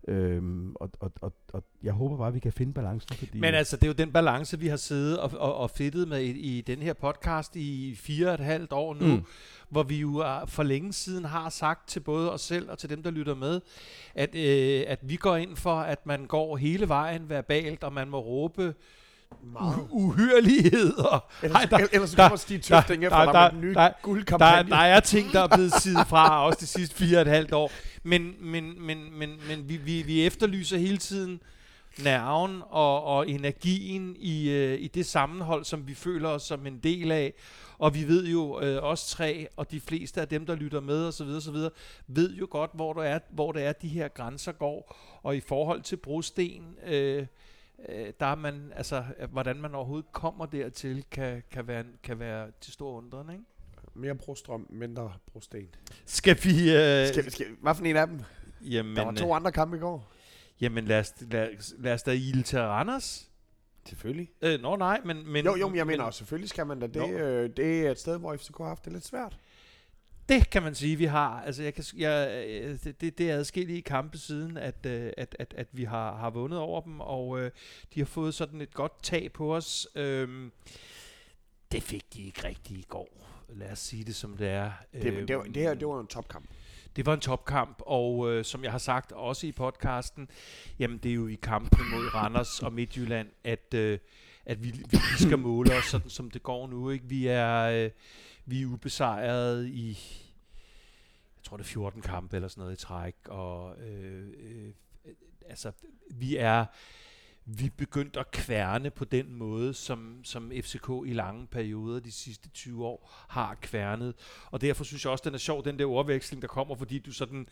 Og jeg håber bare, at vi kan finde balancen. Fordi
men altså, det er jo den balance, vi har siddet og fedtet med i den her podcast i 4,5 år nu, hvor vi jo for længe siden har sagt til både os selv og til dem, der lytter med, at vi går ind for, at man går hele vejen verbalt, og man må råbe uhyrligheder.
Ellers kommer Stig Tøfting efter dig med den nye guldkampagne.
Der er ting, der er blevet sidet fra, også de sidste 4,5 år. Men vi efterlyser hele tiden nerven og energien i det sammenhold, som vi føler os som en del af. Og vi ved jo, os tre, og de fleste af dem, der lytter med osv., ved jo godt, hvor det er, de her grænser går. Og i forhold til brosten, der er man, altså, hvordan man overhovedet kommer dertil, kan være til stor undren, ikke?
Mere brostrøm, mindre brosten.
Skal vi...
Hvad for en af dem?
Jamen,
der var 2 andre kampe i går.
Jamen lad os da ilde til Randers.
Selvfølgelig.
Nej, men...
Jo, men jeg mener også, selvfølgelig skal man da. Det er et sted, hvor FCK har haft det lidt svært.
Det kan man sige, vi har. Altså, det er adskillige kampe siden, at vi har vundet over dem, og de har fået sådan et godt tag på os. Det fik de ikke rigtigt i går. Lad os sige det, som det er.
Det var en topkamp.
Det var en topkamp, og som jeg har sagt også i podcasten, jamen det er jo i kampene mod Randers og Midtjylland, at vi skal måle os sådan, som det går nu. Ikke? Vi er ubesejret i, jeg tror det er 14 kampe eller sådan noget i træk, og altså vi er begyndt at kværne på den måde, som FCK i lange perioder de sidste 20 år har kværnet. Og derfor synes jeg også, den er sjov, den der ordveksling, der kommer, fordi du sådan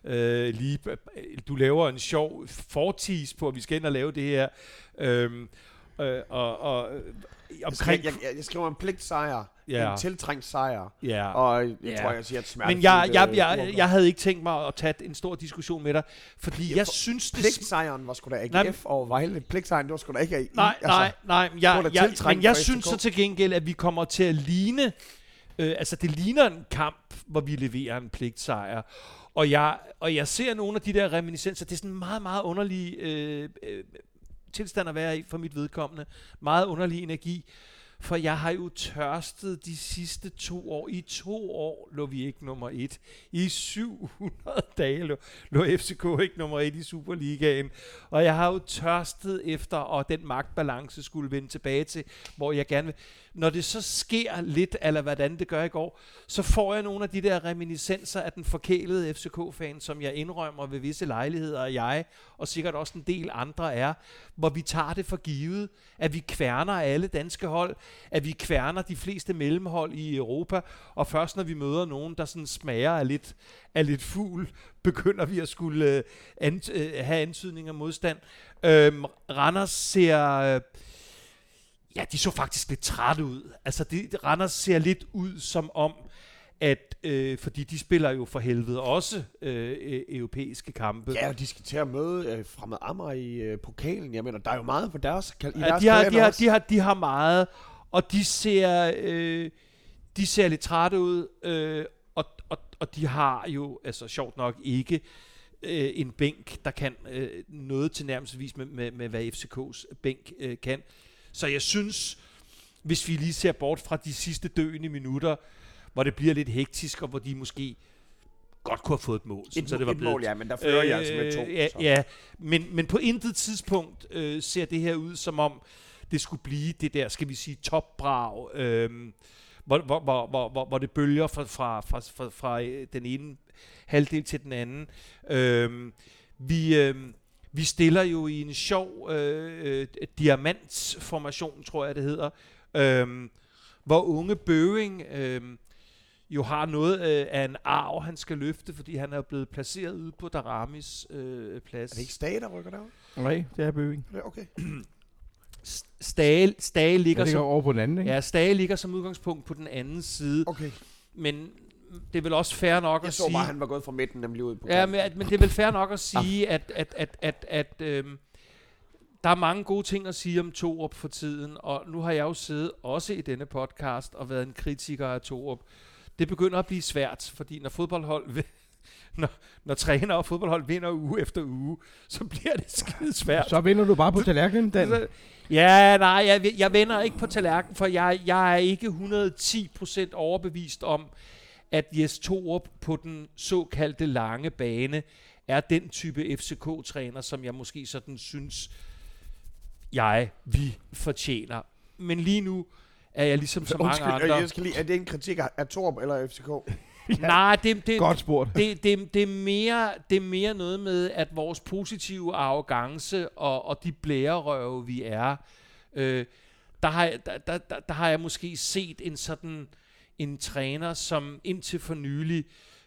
du laver en sjov fortis på, at vi skal ind og lave det her.
Jeg skriver en pligtsejr, en tiltrængt sejr, og jeg tror, jeg siger, at smerte.
Men jeg havde ikke tænkt mig at tage en stor diskussion med dig, fordi jeg synes...
Pligtsejren var sgu da AGF og Vejle. Pligtsejren, det var sgu da ikke...
Men jeg synes så til gengæld, at vi kommer til at ligne... altså, det ligner en kamp, hvor vi leverer en pligtsejr. Og jeg ser nogle af de der reminiscenser, det er sådan en meget, meget underlig... tilstand at være i for mit vedkommende. Meget underlig energi. For jeg har jo tørstet de sidste 2 år. I 2 år lå vi ikke nummer 1. I 700 dage lå FCK ikke nummer 1 i Superligaen. Og jeg har jo tørstet efter, og den magtbalance skulle vende tilbage til, hvor jeg gerne vil. Når det så sker lidt, eller hvordan det gør i går, så får jeg nogle af de der reminiscenser af den forkælede FCK-fan, som jeg indrømmer ved visse lejligheder, og sikkert også en del andre er, hvor vi tager det for givet, at vi kværner alle danske hold, at vi kværner de fleste mellemhold i Europa, og først når vi møder nogen, der sådan smager af lidt fugl, begynder vi at skulle have antydning af modstand. Randers ser... Ja, de så faktisk lidt trætte ud. Altså, Randers ser lidt ud som om, at fordi de spiller jo for helvede også europæiske kampe.
Ja, og de skal til at møde Fremad Amager i pokalen. Jeg mener, der er jo meget på deres
de har meget, og de ser lidt trætte ud, og de har jo, altså sjovt nok ikke en bænk, der kan noget tilnærmelsesvis med hvad FCK's bænk kan. Så jeg synes, hvis vi lige ser bort fra de sidste døende minutter, hvor det bliver lidt hektisk, og hvor de måske godt kunne have fået et mål.
Så det var blevet mål, ja, men der fører jeg altså med 2.
Ja, men på intet tidspunkt ser det her ud, som om det skulle blive det der, skal vi sige, topbrag, hvor det bølger fra den ene halvdel til den anden. Vi stiller jo i en sjov diamantsformation, tror jeg det hedder, hvor unge Bøving jo har noget af en arv, han skal løfte, fordi han er blevet placeret ude på Daramis plads.
Er det ikke Stage, der rykker derovre?
Nej, det er Bøving.
Okay.
Stage ligger som,
over på den anden, ikke?
Ja, Stage ligger som udgangspunkt på den anden side.
Okay.
Men det er vel også fair nok at sige...
Jeg så bare, han var gået fra midten, nemlig ud på
kanten. Ja, men det er vel fair nok at sige, at der er mange gode ting at sige om Thorup for tiden, og nu har jeg jo siddet også i denne podcast og været en kritiker af Thorup. Det begynder at blive svært, fordi når fodboldhold... Når træner og fodboldhold vinder uge efter uge, så bliver det skide svært.
Så vinder du bare på tallerkenen, Dan.
Ja, nej, jeg vender ikke på tallerkenen, for jeg er ikke 110% overbevist om, at Jes Thorup på den såkaldte lange bane er den type FCK-træner, som jeg måske sådan synes, vi fortjener. Men lige nu er jeg ligesom så mange andre...
Jeg skal lige, er det en kritik af Thorup eller FCK?
Ja. Nej,
godt spurgt.
Det er mere noget med, at vores positive arrogance og de blærerøve, vi er, der har jeg måske set en træner, som indtil for nylig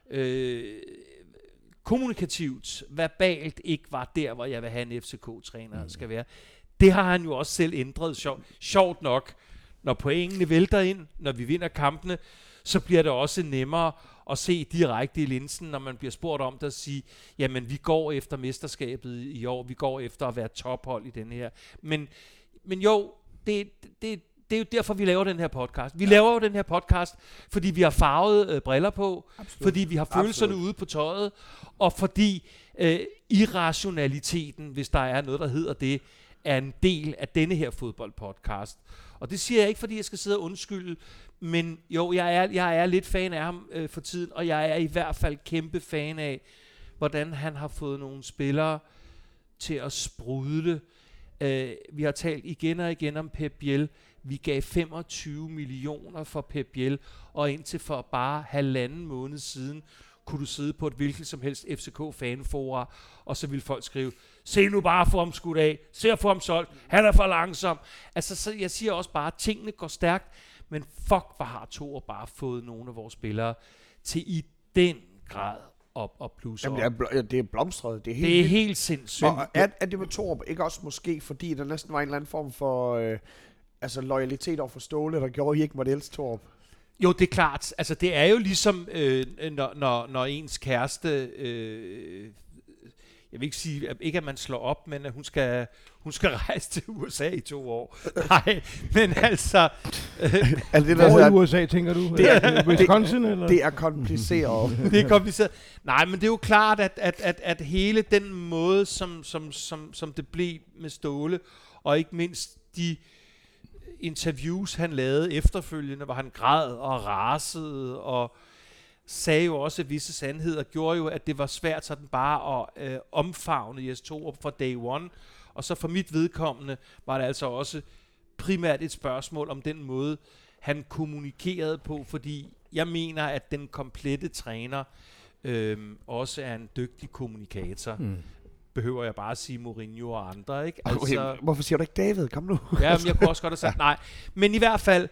kommunikativt, verbalt ikke var der, hvor jeg vil have en FCK-træner skal være. Det har han jo også selv ændret. Sjovt nok, når pointene vælter ind, når vi vinder kampene, så bliver det også nemmere at se direkte i linsen, når man bliver spurgt om det, at sige, jamen vi går efter mesterskabet i år, vi går efter at være tophold i den her. Men men jo, det er jo derfor, vi laver den her podcast. Vi laver jo den her podcast, fordi vi har farvede briller på, fordi vi har følelserne ude på tøjet, og fordi irrationaliteten, hvis der er noget, der hedder det, er en del af denne her fodboldpodcast. Og det siger jeg ikke, fordi jeg skal sidde og undskylde, men jo, jeg er lidt fan af ham for tiden, og jeg er i hvert fald kæmpe fan af, hvordan han har fået nogle spillere til at sprudle. Vi har talt igen og igen om Pep Biel. Vi gav 25 millioner for Pep Biel, og indtil for bare 1,5 måned siden, kunne du sidde på et hvilket som helst FCK-fanfora, og så ville folk skrive, se nu bare få ham skudt af, se at få ham solgt, han er for langsom. Altså, så jeg siger også bare, at tingene går stærkt, men fuck, hvor har Thor bare fået nogle af vores spillere til i den grad op plus op.
Jamen, det er blomstret.
Det er helt sindssygt.
Og er det med Thorup ikke også måske, fordi der næsten var en eller anden form for loyalitet over for Ståle, der gjorde, at I ikke måtte elske Thorup?
Jo, det er klart. Altså, det er jo ligesom, når ens kæreste... jeg vil ikke sige, ikke at man slår op, men at hun skal rejse til USA i 2 år. Nej, men altså...
Hvor i USA, tænker du?
Det er,
Wisconsin, eller?
Det er kompliceret.
Det er kompliceret. Nej, men det er jo klart, at hele den måde, som det blev med Ståle, og ikke mindst de interviews, han lavede efterfølgende, hvor han græd og rasede, og sagde jo også visse sandheder, gjorde jo, at det var svært sådan bare at omfavne Jes Torup fra day one. Og så for mit vedkommende var det altså også primært et spørgsmål om den måde, han kommunikerede på, fordi jeg mener, at den komplette træner også er en dygtig kommunikator. Behøver jeg bare at sige Mourinho og andre, ikke?
Altså, hvorfor siger du ikke David? Kom nu.
Ja, men jeg kunne også godt have sagt nej. Men i hvert fald,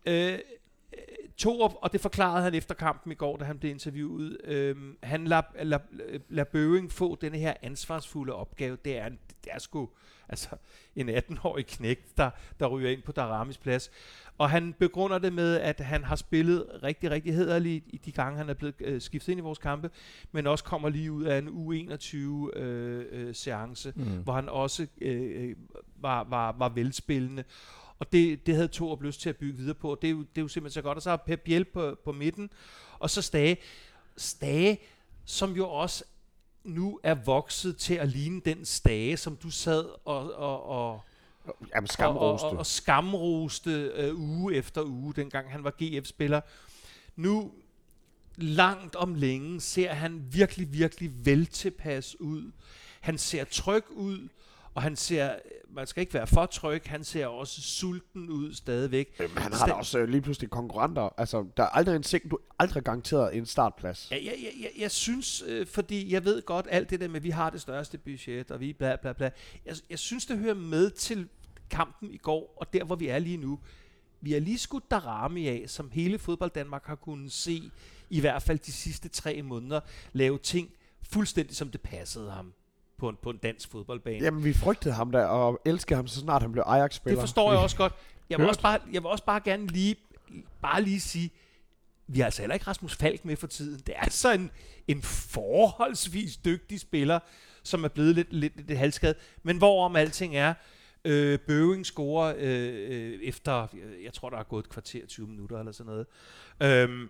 Thorup, og det forklarede han efter kampen i går, da han blev interviewet, han lader Bøving få denne her ansvarsfulde opgave. Det er sgu altså en 18-årig knægt, der ryger ind på Daramis plads. Og han begrunder det med, at han har spillet rigtig, rigtig hæderligt i de gange, han er blevet skiftet ind i vores kampe, men også kommer lige ud af en U21-seance, hvor han også var velspillende. Og det havde Thorup lyst til at bygge videre på. Det er jo simpelthen så godt. Og så har Pep Biel på midten, og så Stage, som jo også nu er vokset til at ligne den Stage, som du sad og skamroste uge efter uge, dengang han var GF-spiller. Nu, langt om længe, ser han virkelig, virkelig vel tilpas ud. Han ser tryg ud, og han ser, man skal ikke være for tryg, han ser også sulten ud stadigvæk.
Han har da også lige pludselig konkurrenter. Altså, der er aldrig du er aldrig garanteret en startplads.
Ja, jeg synes, fordi jeg ved godt alt det der med, vi har det største budget, og vi bla bla bla. Jeg synes, det hører med til kampen i går, og der, hvor vi er lige nu. Vi har lige skudt Darami af, som hele fodbold Danmark har kunnet se, i hvert fald de sidste 3 måneder, lave ting fuldstændig, som det passede ham på en dansk fodboldbane.
Jamen, vi frygtede ham der, og elskede ham, så snart han blev Ajax-spiller.
Det forstår jeg også godt. Jeg vil også bare gerne lige sige, vi har altså heller ikke Rasmus Falk med for tiden. Det er altså en forholdsvis dygtig spiller, som er blevet lidt halvskadet. Men hvorom alting er, Bøving scorer efter, jeg tror, der er gået et kvarter, 20 minutter eller sådan noget.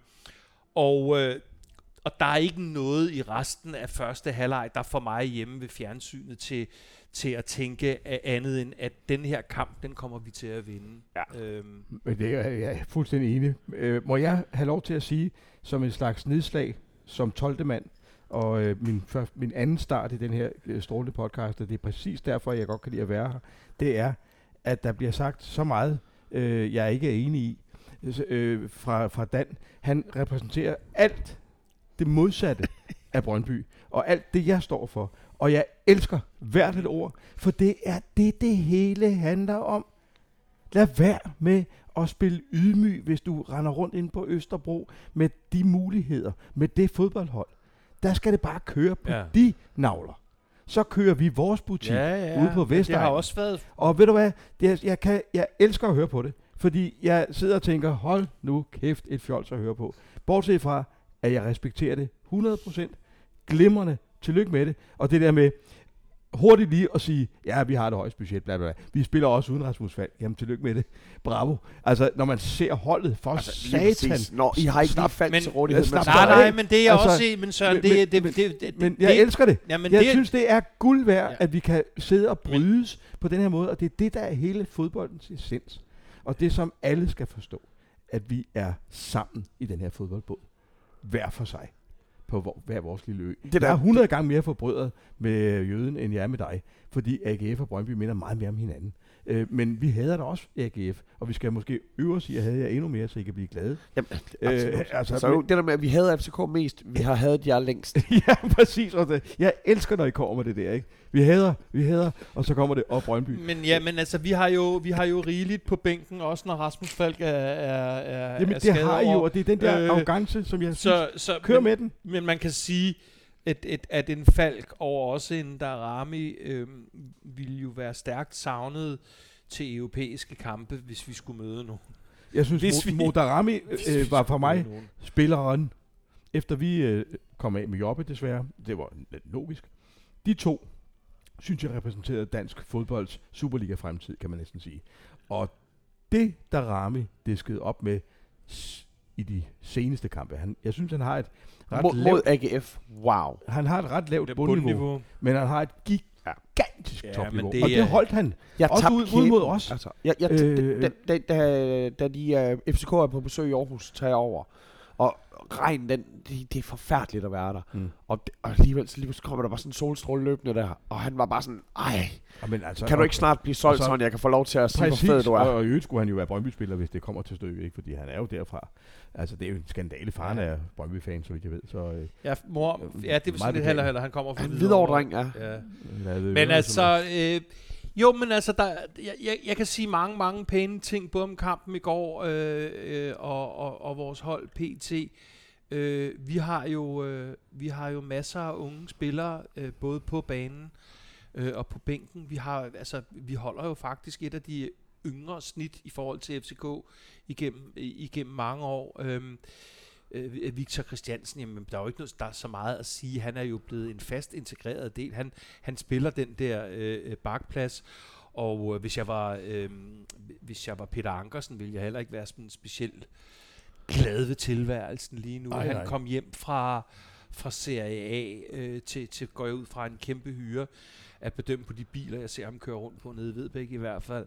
Og der er ikke noget i resten af første halvleg, der får mig hjemme ved fjernsynet til at tænke andet end, at den her kamp, den kommer vi til at vinde.
Ja. Men det er jeg fuldstændig enig. Må jeg have lov til at sige, som en slags nedslag, som 12. mand, og min anden start i den her strålende podcast, og det er præcis derfor, jeg godt kan lide at være her, det er, at der bliver sagt så meget, jeg ikke er enig i, fra Dan. Han repræsenterer alt det modsatte af Brøndby, og alt det, jeg står for. Og jeg elsker hvert et ord, for det er det hele handler om. Lad være med at spille ydmyg, hvis du render rundt ind på Østerbro med de muligheder, med det fodboldhold. Der skal det bare køre på de navler. Så kører vi vores butik ude på Vestegn.
Det har også været...
Og ved du hvad, jeg elsker at høre på det, fordi jeg sidder og tænker, hold nu kæft et fjols at høre på. Bortset fra, at jeg respekterer det 100%. Glimrende. Tillykke med det. Og det der med, hurtigt lige at sige, ja, vi har det højeste budget, bla, bla, bla. Vi spiller også uden Rasmus Falk. Jamen, tillykke med det. Bravo. Altså, når man ser holdet for satan.
Nå, I har ikke lige Falk til rådighed.
Nej, men det er også i, men Søren,
men jeg elsker det.
Ja, men
jeg synes, det er guld værd, at vi kan sidde og brydes på den her måde, og det er det, der er hele fodboldens essens. Og det, som alle skal forstå, at vi er sammen i den her fodboldbåd. Hver for sig. På hver vores lille ø. Jeg er 100 gange mere forbrødret med jøden, end jeg er med dig. Fordi AGF og Brøndby minder meget mere om hinanden. Men vi hader da også AGF, og vi skal måske øve os i at have jer endnu mere, så I kan blive glade.
Jamen, så det der med, at vi hader FCK mest, vi har hadet jer længst.
Ja, præcis. Jeg elsker, når I kommer med det der, ikke? Vi hader, og så kommer det op Brøndby.
Men altså, vi har jo rigeligt på bænken, også når Rasmus Falk er
jamen, det har I jo, og det er den der arrogance, som jeg synes, kører med den.
Men man kan sige, at en Falk over også en Darami ville jo være stærkt savnet til europæiske kampe, hvis vi skulle møde nogen.
Jeg synes, Modarami var for mig spilleren, efter vi kom af med Jobbe desværre. Det var logisk. De to, synes jeg, repræsenterede dansk fodbolds Superliga-fremtid, kan man næsten sige. Og det, Darami diskede op med i de seneste kampe, jeg synes, han har et ret
mod AGF. Wow.
Han har et ret lavt bundniveau, men han har et gigantisk topniveau.
Det
og det holdt han også ud mod os.
Altså, da de FCK er på besøg i Aarhus, tager jeg over. Og regnen, det er forfærdeligt at være der. Og alligevel så kommer der bare sådan en solstråle løbende der. Og han var bare sådan, men altså, kan du ikke snart blive solgt, sådan jeg kan få lov til at sige, hvor fed du er?
Og i øvrigt skulle han jo være Brøndby-spiller, hvis det kommer til stykket, ikke? Fordi han er jo derfra. Altså, det er jo en skandale. Faren er Brøndby-fan, så vidt jeg ved. Så,
det er sådan lidt heller. Han kommer fra
en Hvidovre-dreng, ja.
Men altså... Jo, men altså, jeg kan sige mange pæne ting, både om kampen i går og vores hold PT. Vi har jo masser af unge spillere, både på banen og på bænken. Vi holder jo faktisk et af de yngre snit i forhold til FCK igennem mange år. Victor Christiansen, jamen, der er jo ikke noget, der er så meget at sige. Han er jo blevet en fast integreret del. Han spiller den der bakplads, og hvis jeg var Peter Ankersen, ville jeg heller ikke være sådan specielt glad ved tilværelsen lige nu. Han kom hjem fra Serie A til går jeg ud fra en kæmpe hyre at bedømme på de biler, jeg ser ham køre rundt på nede i Vedbæk i hvert fald.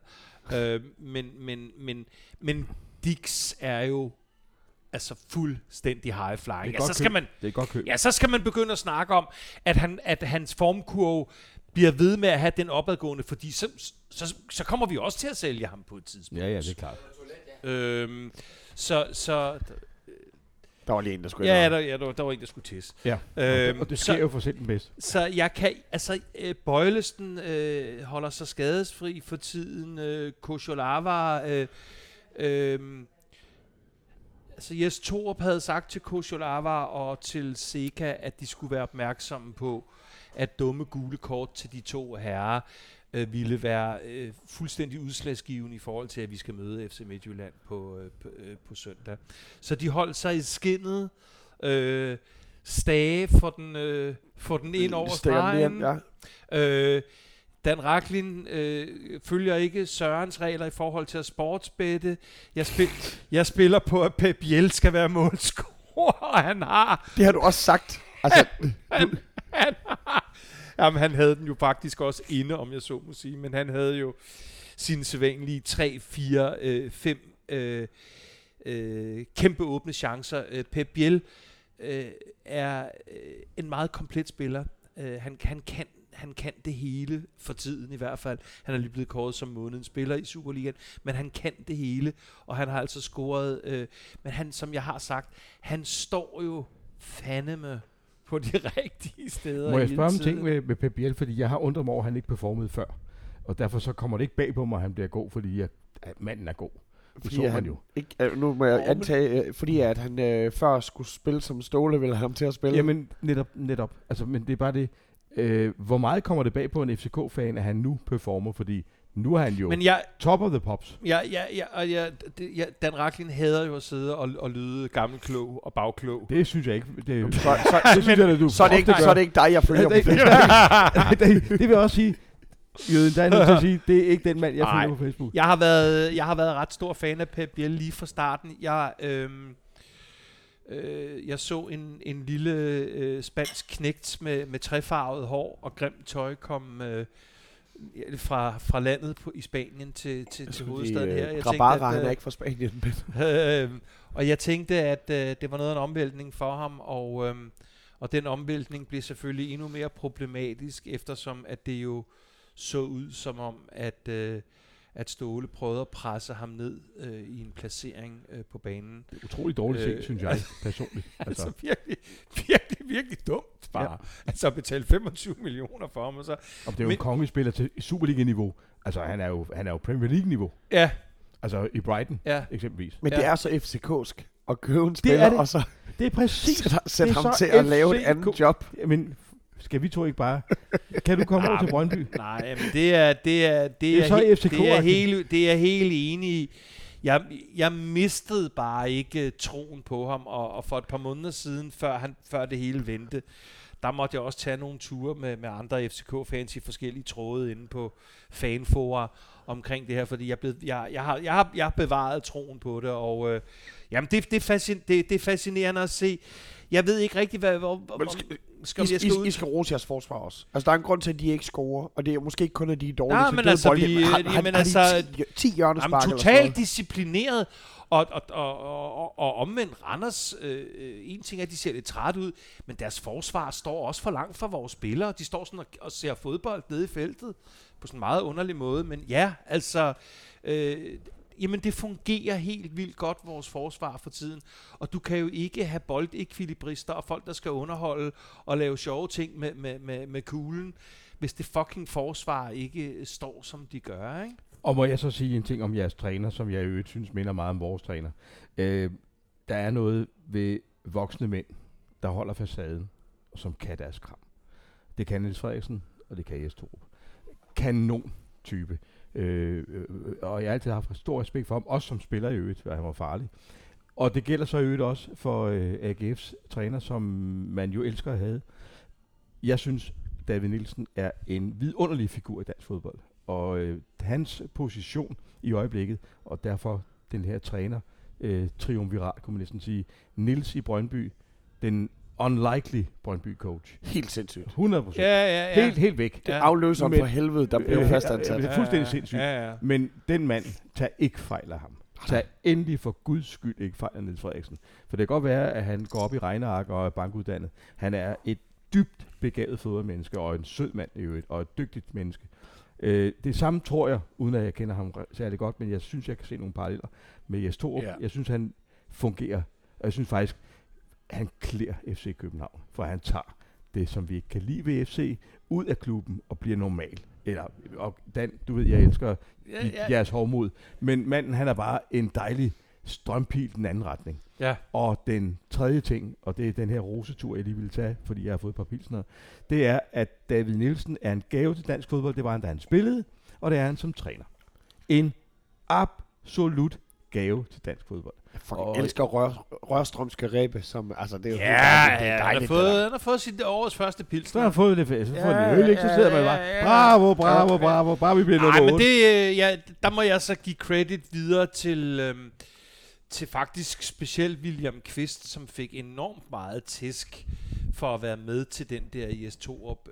Men Dix er jo altså fuldstændig high flying. Så skal man begynde at snakke om, at hans formkurve bliver ved med at have den opadgående, fordi så kommer vi også til at sælge ham på et tidspunkt.
Ja, det er klart.
Der var lige en, der skulle
der var en, der skulle tisse.
Ja, og det sker jo for selv den bedst.
Så jeg kan, Bøjlesen holder sig skadesfri for tiden. Kosciolava, Jes Torup havde sagt til Kosciolava og til Seca, at de skulle være opmærksomme på, at dumme gule kort til de to herrer ville være fuldstændig udslagsgivende i forhold til, at vi skal møde FC Midtjylland på søndag. Så de holdt sig i skindet. Stage for den ind over stregen. Ja. Dan Rachlin følger ikke Sørens regler i forhold til at sportsbette. Jeg spiller på, at Pep Biel skal være målscorer, og han har...
Det har du også sagt. Altså,
han har... Jamen, han havde den jo faktisk også inde, om jeg så må sige, men han havde jo sine sædvanlige 3, 4, 5 kæmpe åbne chancer. Pep Biel er en meget komplet spiller. Han kan det hele for tiden i hvert fald. Han er lige blevet kåret som månedens spiller i Superligaen, men han kan det hele, og han har altså scoret. Men han, som jeg har sagt, han står jo fandeme på de rigtige steder.
Må jeg spørge om ting med Pep Biel, fordi jeg har undret mig over, at han ikke performede før. Og derfor så kommer det ikke bag på mig, at han bliver god, fordi at manden er god. Det så man jo.
Ikke, nu må jeg antage, fordi at han før skulle spille som Ståle, ville ham til at spille.
Jamen, netop. Altså, men det er bare det. Hvor meget kommer det bag på en FCK-fan, at han nu performer? Fordi Nu er han jo
Men
top of the pops.
Dan Rachlin hader jo at sidde og lyde gammelklog og bagklog.
Det synes jeg ikke. Det
Så
synes jeg, at du
er det ikke dig, jeg følger på Facebook.
det vil jeg også sige. Jøden, der er nødt til at sige, det er ikke den mand, jeg følger på Facebook.
Jeg har været ret stor fan af Pep Biel lige fra starten. Jeg så en lille spansk knægt med trefarvet hår og grimt tøj kom fra landet i Spanien til hovedstaden her.
Grabara, han er ikke fra Spanien.
Og jeg tænkte, at det var noget af en omvæltning for ham, og den omvæltning blev selvfølgelig endnu mere problematisk, eftersom at det jo så ud som om, at Ståle prøvede at presse ham ned i en placering på banen.
Det er utroligt dårligt set, synes jeg personligt.
Altså virkelig dumt bare.
Ja.
Altså at betale 25 millioner for ham. Og så.
Og det er jo en kongespiller til Superliga-niveau. Altså han er jo Premier League-niveau.
Ja.
Altså i Brighton eksempelvis.
Men det er så FCK'sk at købe en spiller, og så
det er præcis.
sætte ham til at lave et andet job.
Men skal vi to ikke bare... Kan du komme over til Brøndby?
Nej, men det er helt enig i. Jeg mistede bare ikke troen på ham, og for et par måneder siden, før det hele vendte, der måtte jeg også tage nogle ture med andre FCK-fans i forskellige tråde inde på fanfora omkring det her, fordi jeg har bevaret troen på det, og jamen det er fascinerende at se. Jeg ved ikke rigtig,
I skal rose jeres forsvar også. Altså, der er en grund til, at de ikke scorer, og det er måske ikke kun, at de er dårlige til
dødbold.
Har 10 hjørnespark eller sådan
totalt disciplineret, og omvendt Randers, en ting er, at de ser lidt træt ud, men deres forsvar står også for langt fra vores spillere. De står sådan og ser fodbold nede i feltet på sådan en meget underlig måde, men ja, altså... Jamen det fungerer helt vildt godt, vores forsvar for tiden. Og du kan jo ikke have boldekvilibrister og folk, der skal underholde og lave sjove ting med kuglen, hvis det fucking forsvar ikke står, som de gør, ikke?
Og må jeg så sige en ting om jeres træner, som jeg i øvrigt synes minder meget om vores træner. Der er noget ved voksne mænd, der holder facaden, og som kan deres kram. Det kan Niels Frederiksen, og det kan Jes Torup. Kanon type. Og jeg har altid haft stor respekt for ham, også som spiller i øvrigt, hvor han var farlig. Og det gælder så i øvrigt også for AGF's træner, som man jo elsker at have. Jeg synes, David Nielsen er en vidunderlig figur i dansk fodbold. Og hans position i øjeblikket, og derfor den her træner, triumvirat, kunne man næsten sige, Niels i Brøndby, den unlikely Brøndby-coach.
Helt sindssygt.
100%.
Ja.
Helt væk.
Det afløser ham for helvede, der blev fastansat.
Det er fuldstændig sindssygt.
Ja.
Men den mand tager ikke fejl af ham. Tag endelig for Guds skyld ikke fejl af Niels Frederiksen. For det kan godt være, at han går op i regneark og er bankuddannet. Han er et dybt begavet fodboldmenneske, og en sød mand i øvrigt, og et dygtigt menneske. Det samme tror jeg, uden at jeg kender ham særlig godt, men jeg synes, jeg kan se nogle paralleller med Jes Torup. Yeah. Jeg synes, han fungerer, og jeg synes faktisk, han klæder FC København, for han tager det, som vi ikke kan lide ved FC, ud af klubben og bliver normal. Og Dan, du ved, jeg elsker jeres hårdmod, men manden, han er bare en dejlig strømpil den anden retning.
Ja.
Og den tredje ting, og det er den her rosetur, jeg lige vil tage, fordi jeg har fået et par pilsner, det er, at David Nielsen er en gave til dansk fodbold. Det var han, da han spillede, og det er han som træner. En absolut gave til dansk fodbold.
Jeg elsker rørstrømske ræbe, som, altså det er jo
dejligt. Han har fået sit årets første pilsner.
Så har han fået det, så får han øl, ikke? Så sidder man bare, bravo, bare vi bliver nummer 8.
Men der må jeg så give credit videre til faktisk specielt William Kvist, som fik enormt meget tæsk for at være med til den der Jes Torup,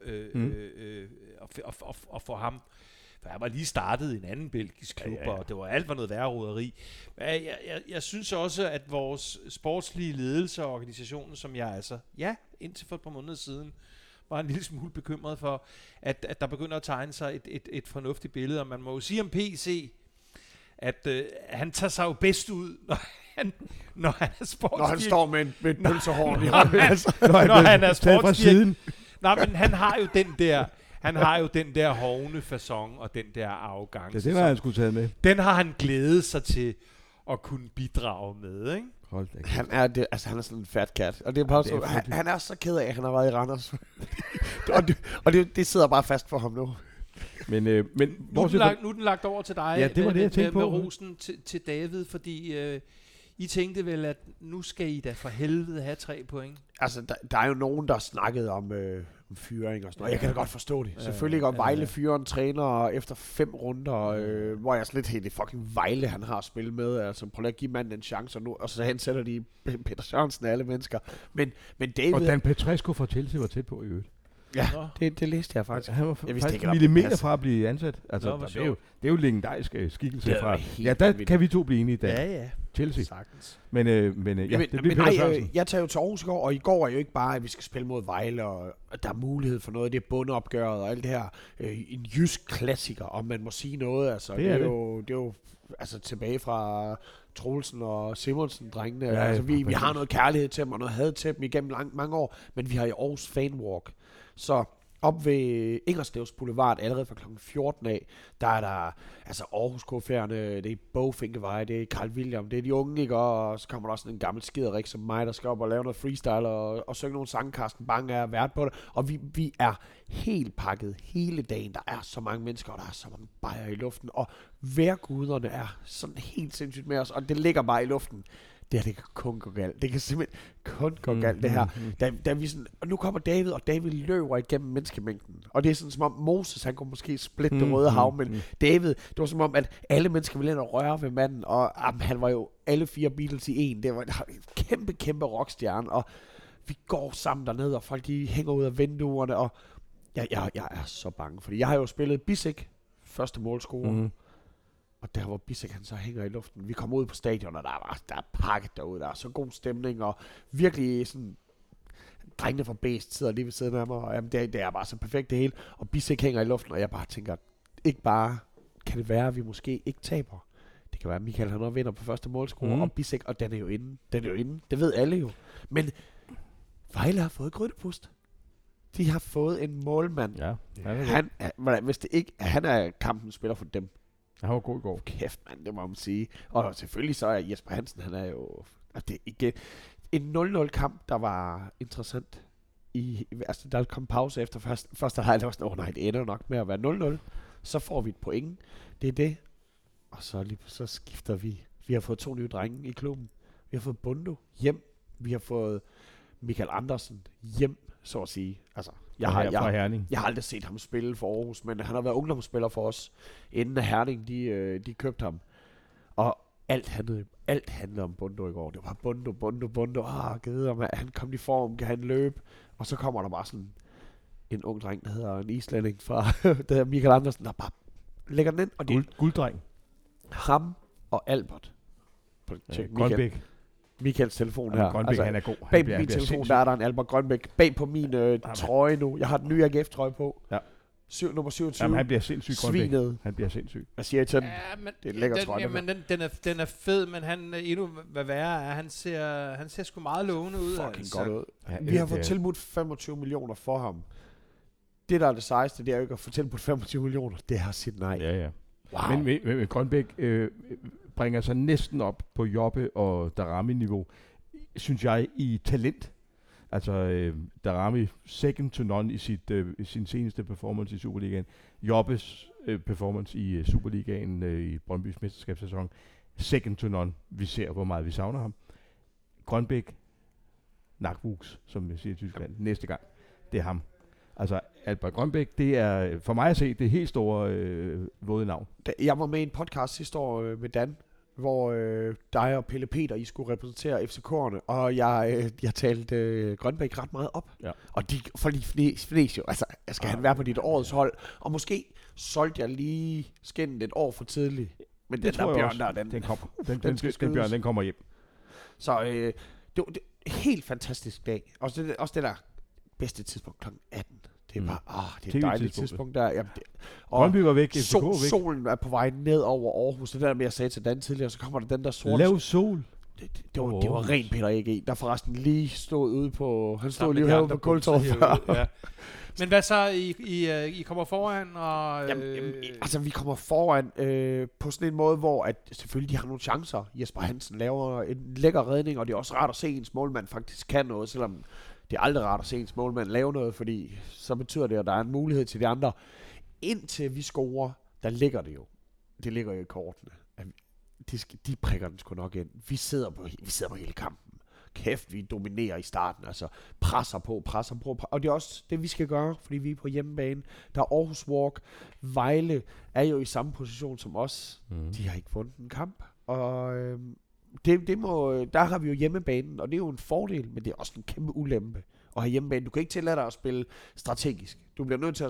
og for ham. For jeg var lige startet i en anden belgisk klub, og det var alt var noget værre roderi. Jeg synes også, at vores sportslige ledelse og organisationen, som jeg altså, indtil for et par måneder siden, var en lille smule bekymret for, at der begynder at tegne sig et fornuftigt billede. Og man må jo sige om PC, at han tager sig jo bedst ud, når han er sportsdirektør.
Når han står med et pølsehorn i
hånden. Når han er sportsdirektør. Nej, men han har jo den der... Han har jo den der hovne facon og den der arrogance.
Det er det, han skulle tage med.
Den har han glædet sig til at kunne bidrage med, ikke?
Hold da. Han er sådan en fat kat. Og det er bare så, han er så ked af, at han har været i Randers. og det sidder bare fast for ham nu.
Men
Nu
bortset
er den lagt over til dig.
Ja, det var det, jeg tænkte
med
på.
rosen til David, fordi I tænkte vel, at nu skal I da for helvede have 3 point.
Altså, der er jo nogen, der har snakket om fyring og sådan noget. Jeg kan da godt forstå det. Selvfølgelig godt Vejle fyrer en træner efter 5 runder, hvor jeg slet helt det fucking Vejle, han har spillet med. Altså, prøv lige at give manden en chance, og så hensætter de Peter Sørensen af alle mennesker. Men David...
Og Dan Petrescu fra Chelsea var tæt på i øvrigt.
Ja, det læste jeg faktisk.
Han var
Jeg vidste
faktisk
ikke,
en
at der
millimeter
passer.
fra at blive ansat. Altså,
Nå,
det er jo legendarisk skikkelse
Det er
fra.
helt
Ja, der
vanvittigt.
kan vi to blive enige i dag.
Ja.
Chelsea.
Sagtens.
Men det bliver Peter Sørensen.
Jeg tager jo til Aarhus i går, og i går er jo ikke bare, at vi skal spille mod Vejle, og at der er mulighed for noget af det bundeopgøret og alt det her. En jysk klassiker, om man må sige noget. Altså, det er jo altså, tilbage fra Troelsen og Simonsen, drengene.
Ja,
altså, vi
præcis.
har noget kærlighed til dem, og noget had til dem igennem mange år, men vi har i Aarhus Fanwalk. Så op ved Ingerslevs Boulevard, allerede fra kl. 14 af, der er der altså Aarhus-KF'erne, det er Bo Finkevej, det er Carl William, det er de unge, ikke? Og så kommer der også sådan en gammel skiderik som mig, der skal op og lave noget freestyle og synge nogle sange. Carsten Bang er vært på det, og vi er helt pakket hele dagen. Der er så mange mennesker, og der er så mange bajer i luften, og vejrguderne er sådan helt sindssygt med os, og det ligger bare i luften. Det kan kun gå galt. Det kan simpelthen kun gå galt, det her. Da vi sådan, og nu kommer David, og David løber igennem menneskemængden. Og det er sådan som om Moses, han kunne måske splitte det røde hav, men David, det var som om, at alle mennesker ville ind og røre ved manden, og han var jo alle 4 Beatles i en. Det var en kæmpe rockstjerne, og vi går sammen dernede, og folk de hænger ud af vinduerne, og jeg er så bange, fordi jeg har jo spillet Bissek, første målscorer. Og der hvor Bissek han så hænger i luften. Vi kommer ud på stadion, og der er pakket derude. Der er så god stemning, og virkelig sådan... Drengene fra Bæst sidder lige ved siden af mig, og jamen, det er bare så perfekt det hele. Og Bissek hænger i luften, og jeg bare tænker, ikke bare kan det være, at vi måske ikke taber. Det kan være, at Michael han vinder på første målscore, og Bissek, og den er jo inde. Det ved alle jo. Men Vejle har fået grøntepust. De har fået en målmand.
Ja,
Han er kampens spiller for dem.
Han var god i går.
Kæft, mand, det må man sige. Og selvfølgelig så er Jesper Hansen, han er jo... Det er igen en 0-0-kamp, der var interessant. Altså, der kom pause efter første halvleg. Der var sådan, nej, det ender nok med at være 0-0. Så får vi et point. Det er det. Og så skifter vi. Vi har fået 2 nye drenge i klubben. Vi har fået Bundo hjem. Vi har fået Michael Andersen hjem, så at sige. Altså, jeg har aldrig set ham spille for Aarhus, men han har været ungdomsspiller for os, inden Herning de købte ham. Og alt handlede om Bundo i går. Det var Bundo. Gede om, han kom i form, kan han løbe? Og så kommer der bare sådan en ung dreng, der hedder en islænding fra der hedder Michael Andersen, der bare lægger den ind. Og
Gulddreng.
Ham og Albert.
Grønbæk.
Michaels telefon her.
Grønbæk, altså, han er god.
Bag på min telefon, der er der en Albert Grønbæk. Bag på min trøje nu. Jeg har den nye AGF-trøje på.
Ja.
Nummer 27.
Jamen, han bliver sindssyg, Grønbæk.
Svinet.
Han bliver sindssyg.
Hvad siger I til den?
Ja, men
det er en lækker trøje.
Jamen, den er fed, men han endnu hvad værre er. Han ser sgu meget lovende ud.
Fucking
altså.
godt ud.
Ja,
Vi har fået tilbudt 25 millioner for ham. Det, der er det sejeste, det er jo ikke at få tilbudt 25 millioner. Det har sit nej.
Ja.
Wow.
Men Grønbæk bringer sig næsten op på Jobbe og Darami-niveau, synes jeg, i talent. Altså, Darami second to none i sin seneste performance i Superligaen. Jobbes performance i Superligaen i Brøndbys mesterskabssæson. Second to none. Vi ser, hvor meget vi savner ham. Grønbæk, nakvuks, som jeg siger i Tyskland, næste gang. Det er ham. Altså, Albert Grønbæk, det er for mig at se det helt store våde navn.
Jeg var med i en podcast sidste år med Dan, hvor dig og Pelle Peter, I skulle repræsentere FCK'erne, og jeg talte Grønbæk ret meget op. Ja. Og for de fnes jo, altså, skal han være på dit årets hold? Og måske solgte jeg lige skinnet et år for tidligt. Men den der Bjørn der, den kommer.
Den kommer hjem.
Så det var helt fantastisk dag. Også det der bedste tidspunkt kl. 18. Det er bare, det er et dejligt tidspunkt der. Jamen,
Brøndby var væk, FCK var væk.
Solen er på vej ned over Aarhus. Det der med, jeg sagde til Dan tidligere, så kommer der den der sorte...
Lav sol.
Det var rent Peter A.G., der forresten lige stod ude på... Han stod lige herude på Kultorv før.
Ja. Men hvad så? I kommer foran? Og,
Jamen, altså, vi kommer foran på sådan en måde, hvor at, selvfølgelig de har nogle chancer. Jesper Hansen laver en lækker redning, og det er også rart at se, at ens målmand faktisk kan noget, selvom det er aldrig rart at se ens målmand lave noget, fordi så betyder det, at der er en mulighed til de andre. indtil vi scorer, der ligger det jo. Det ligger jo i kortene. At de prikker den sgu nok ind. Vi sidder på hele kampen. Kæft, vi dominerer i starten, altså presser på. Og det er også det, vi skal gøre, fordi vi er på hjemmebane. Der er Aarhus Walk. Vejle er jo i samme position som os. De har ikke vundet en kamp. Og der har vi jo hjemmebanen, og det er jo en fordel, men det er også en kæmpe ulempe at have hjemmebane. Du kan ikke tillade dig at spille strategisk. Du bliver nødt til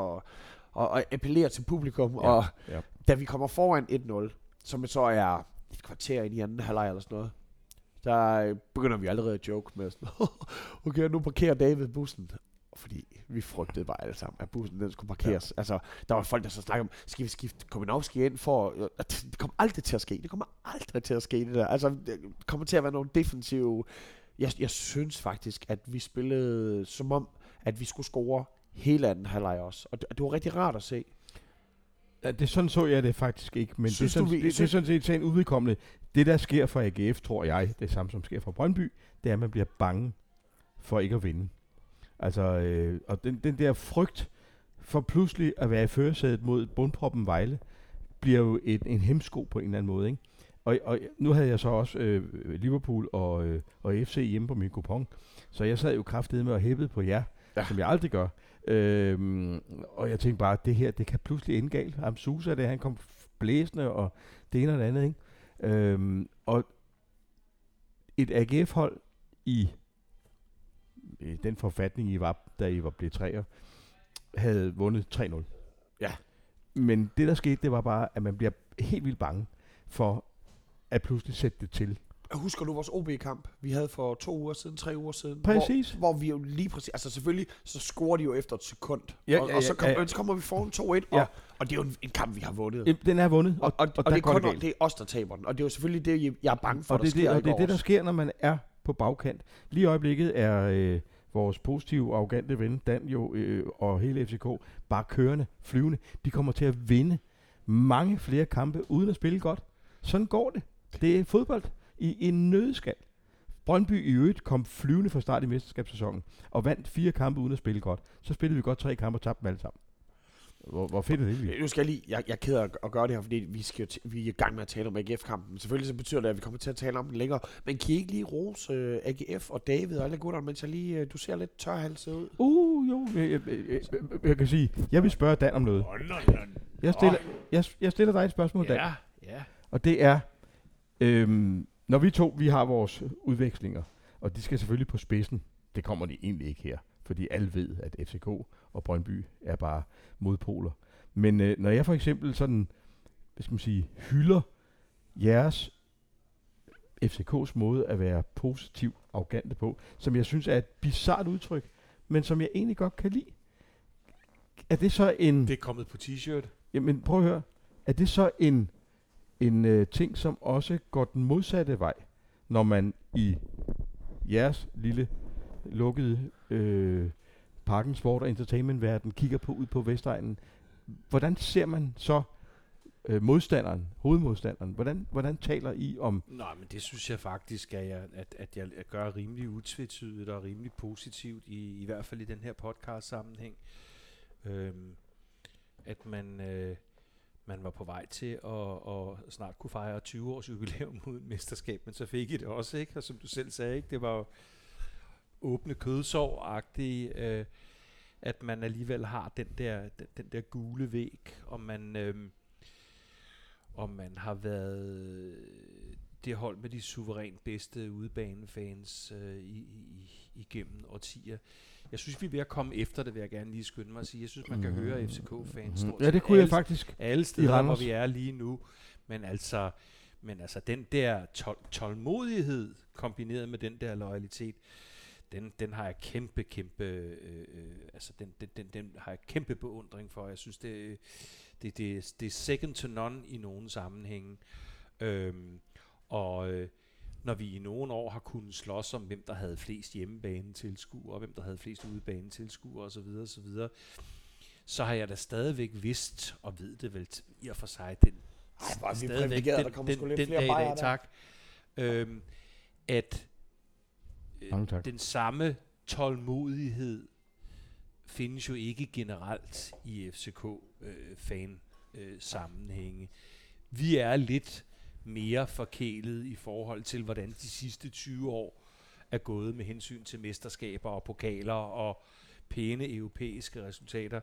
at appellere til publikum, og da vi kommer foran 1-0, som så er et kvarter ind i anden halvleg eller sådan noget, der begynder vi allerede at joke med sådan, okay, nu parkerer David bussen. Fordi vi frygtede bare alle sammen, at bussen den skulle parkeres. Ja. Altså, der var folk, der så snakkede om, skal vi skifte Kominovski ind for... Det kommer aldrig til at ske. Det kommer aldrig til at ske, det der. Altså, det kommer til at være nogle defensive... Jeg synes faktisk, at vi spillede som om, at vi skulle score hele anden halvleg også. Og det var rigtig rart at se.
Ja, det sådan så jeg det faktisk ikke, men det er sådan set en udvedkommende. Det, der sker for AGF, tror jeg, det samme som sker for Brøndby, det er, at man bliver bange for ikke at vinde. Altså, og den der frygt for pludselig at være i førersædet mod bundproppen Vejle, bliver jo en hemsko på en eller anden måde, ikke? Og nu havde jeg så også Liverpool og FC hjemme på min kupon, så jeg sad jo kraftedeme og hæppede på jer, som jeg aldrig gør. Og jeg tænkte bare, at det her, det kan pludselig ende galt. Amsusa, han kom blæsende, og det ene og det andet, ikke? Og et AGF-hold i den forfatning, I var, da I var blevet træer, havde vundet 3-0.
Ja.
Men det, der skete, det var bare, at man bliver helt vildt bange for at pludselig sætte det til.
Husker du vores OB-kamp, vi havde for 3 uger siden?
Præcis.
Hvor vi jo lige præcis... Altså selvfølgelig, så scorer de jo efter et sekund. Og så kommer vi foran 2-1, og det er jo en kamp, vi har vundet.
Den er vundet, og
det er kun det er os, der taber den. Og det er jo selvfølgelig det, jeg er bange for,
og det er det, der sker, når man er på bagkant. Lige i øjeblikket er vores positive, arrogante ven, Dan jo, og hele FCK, bare kørende, flyvende. De kommer til at vinde mange flere kampe, uden at spille godt. Sådan går det. Det er fodbold i en nødskal. Brøndby i øvrigt kom flyvende fra start i mesterskabssæsonen, og vandt 4 kampe uden at spille godt. Så spillede vi godt 3 kampe og tabte dem alle sammen. Hvor fedt er det?
Nu skal jeg er ked af at gøre det her, fordi vi er i gang med at tale om AGF-kampen. Selvfølgelig så betyder det, at vi kommer til at tale om den længere. Men kan I ikke lige rose AGF og David og alle gutterne, mens jeg lige... Du ser lidt tørhalset ud.
Jo. Jeg kan sige, jeg vil spørge Dan om noget. Jeg stiller dig et spørgsmål, Dan.
Ja.
Og det er, når vi har vores udvekslinger, og de skal selvfølgelig på spidsen. Det kommer de egentlig ikke her, fordi alle ved, at FCK og Brøndby er bare modpoler. Men når jeg for eksempel sådan, hvad skal man sige, hylder jeres FCK's måde at være positiv arrogante på, som jeg synes er et bizarrt udtryk, men som jeg egentlig godt kan lide. Er det så en...
Det er kommet på t-shirt.
Jamen prøv at høre. Er det så en ting, som også går den modsatte vej, når man i jeres lille lukkede Parken Sport og Entertainment-verden kigger på ud på Vestegnen? Hvordan ser man så hovedmodstanderen? Hvordan taler I om...
Nej, men det synes jeg faktisk, at jeg gør rimelig utvetydigt og rimelig positivt, i hvert fald i den her podcast-sammenhæng. At man var på vej til at snart kunne fejre 20 års jubilæum uden mesterskab, men så fik I det også, ikke? Og som du selv sagde, ikke? Det var jo åbne kødsår-agtigt, at man alligevel har den der gule væg, og man har været det hold med de suverænt bedste udebanefans igennem årtier. Jeg synes, vi er ved at komme efter det, vil jeg gerne lige skynde mig at sige. Jeg synes, man kan høre FCK-fans stort set.
Ja, det kunne jeg faktisk.
Alle steder, hvor vi er lige nu. Men altså den der tålmodighed kombineret med den der loyalitet, den har jeg kæmpe den har jeg kæmpe beundring for. Jeg synes, det er second to none i nogen sammenhænge. Når vi i nogle år har kunnet slås om, hvem der havde flest hjemmebane-tilskuere, og hvem der havde flest udebane-tilskuere osv., så har jeg da stadigvæk vidst, og ved det vel i og for sig, den dag i dag, tak, at den samme tålmodighed findes jo ikke generelt i FCK. fan-sammenhænge. Vi er lidt mere forkælet i forhold til, hvordan de sidste 20 år er gået med hensyn til mesterskaber og pokaler og pæne europæiske resultater.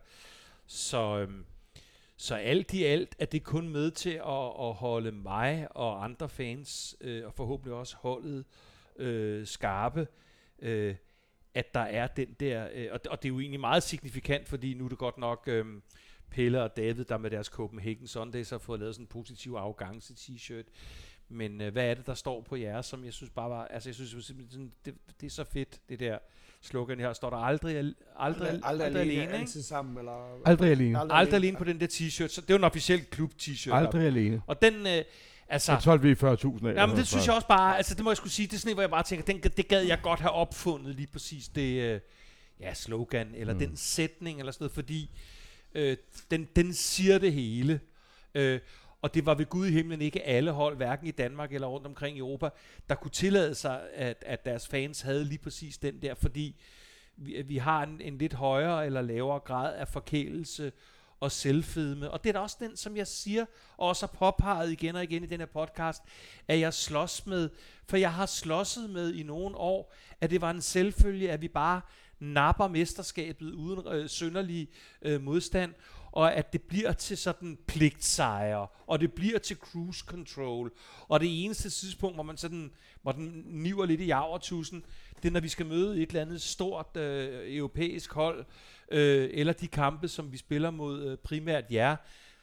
Så alt i alt er det kun med til at holde mig og andre fans, og forhåbentlig også holdet, skarpe, at der er den der, og det er jo egentlig meget signifikant, fordi nu er det godt nok Pelle og David, der med deres Copenhagen Sundays har fået lavet sådan en positiv afgangse t-shirt. Men hvad er det, der står på jer, som jeg synes bare var, altså jeg synes simpelthen, det er så fedt, det der slogan her. Står der aldrig alene,
altid sammen, eller?
Aldrig alene.
Aldrig alene på den der t-shirt. Så det er jo en officiel klub-t-shirt.
Aldrig alene.
Og den, altså...
Det solgte vi 40.000 af.
Jamen det synes jeg også bare, altså det må jeg skulle sige, det er sådan en, hvor jeg bare tænker, det gad jeg godt have opfundet lige præcis det, slogan, eller den sætning, eller sådan noget, fordi den siger det hele. Og det var ved Gud i himlen ikke alle hold, hverken i Danmark eller rundt omkring i Europa, der kunne tillade sig, at deres fans havde lige præcis den der, fordi vi har en lidt højere eller lavere grad af forkælelse og selvfedme. Og det er da også den, som jeg siger, og også har påpeget igen og igen i den her podcast, at jeg slås med, for jeg har slåsset med i nogle år, at det var en selvfølge, at vi bare napper mesterskabet uden synderlig modstand, og at det bliver til sådan pligtsejr, og det bliver til cruise control, og det eneste tidspunkt, hvor den niver lidt i javertusen, det er, når vi skal møde et eller andet stort europæisk hold, eller de kampe, som vi spiller mod primært jer.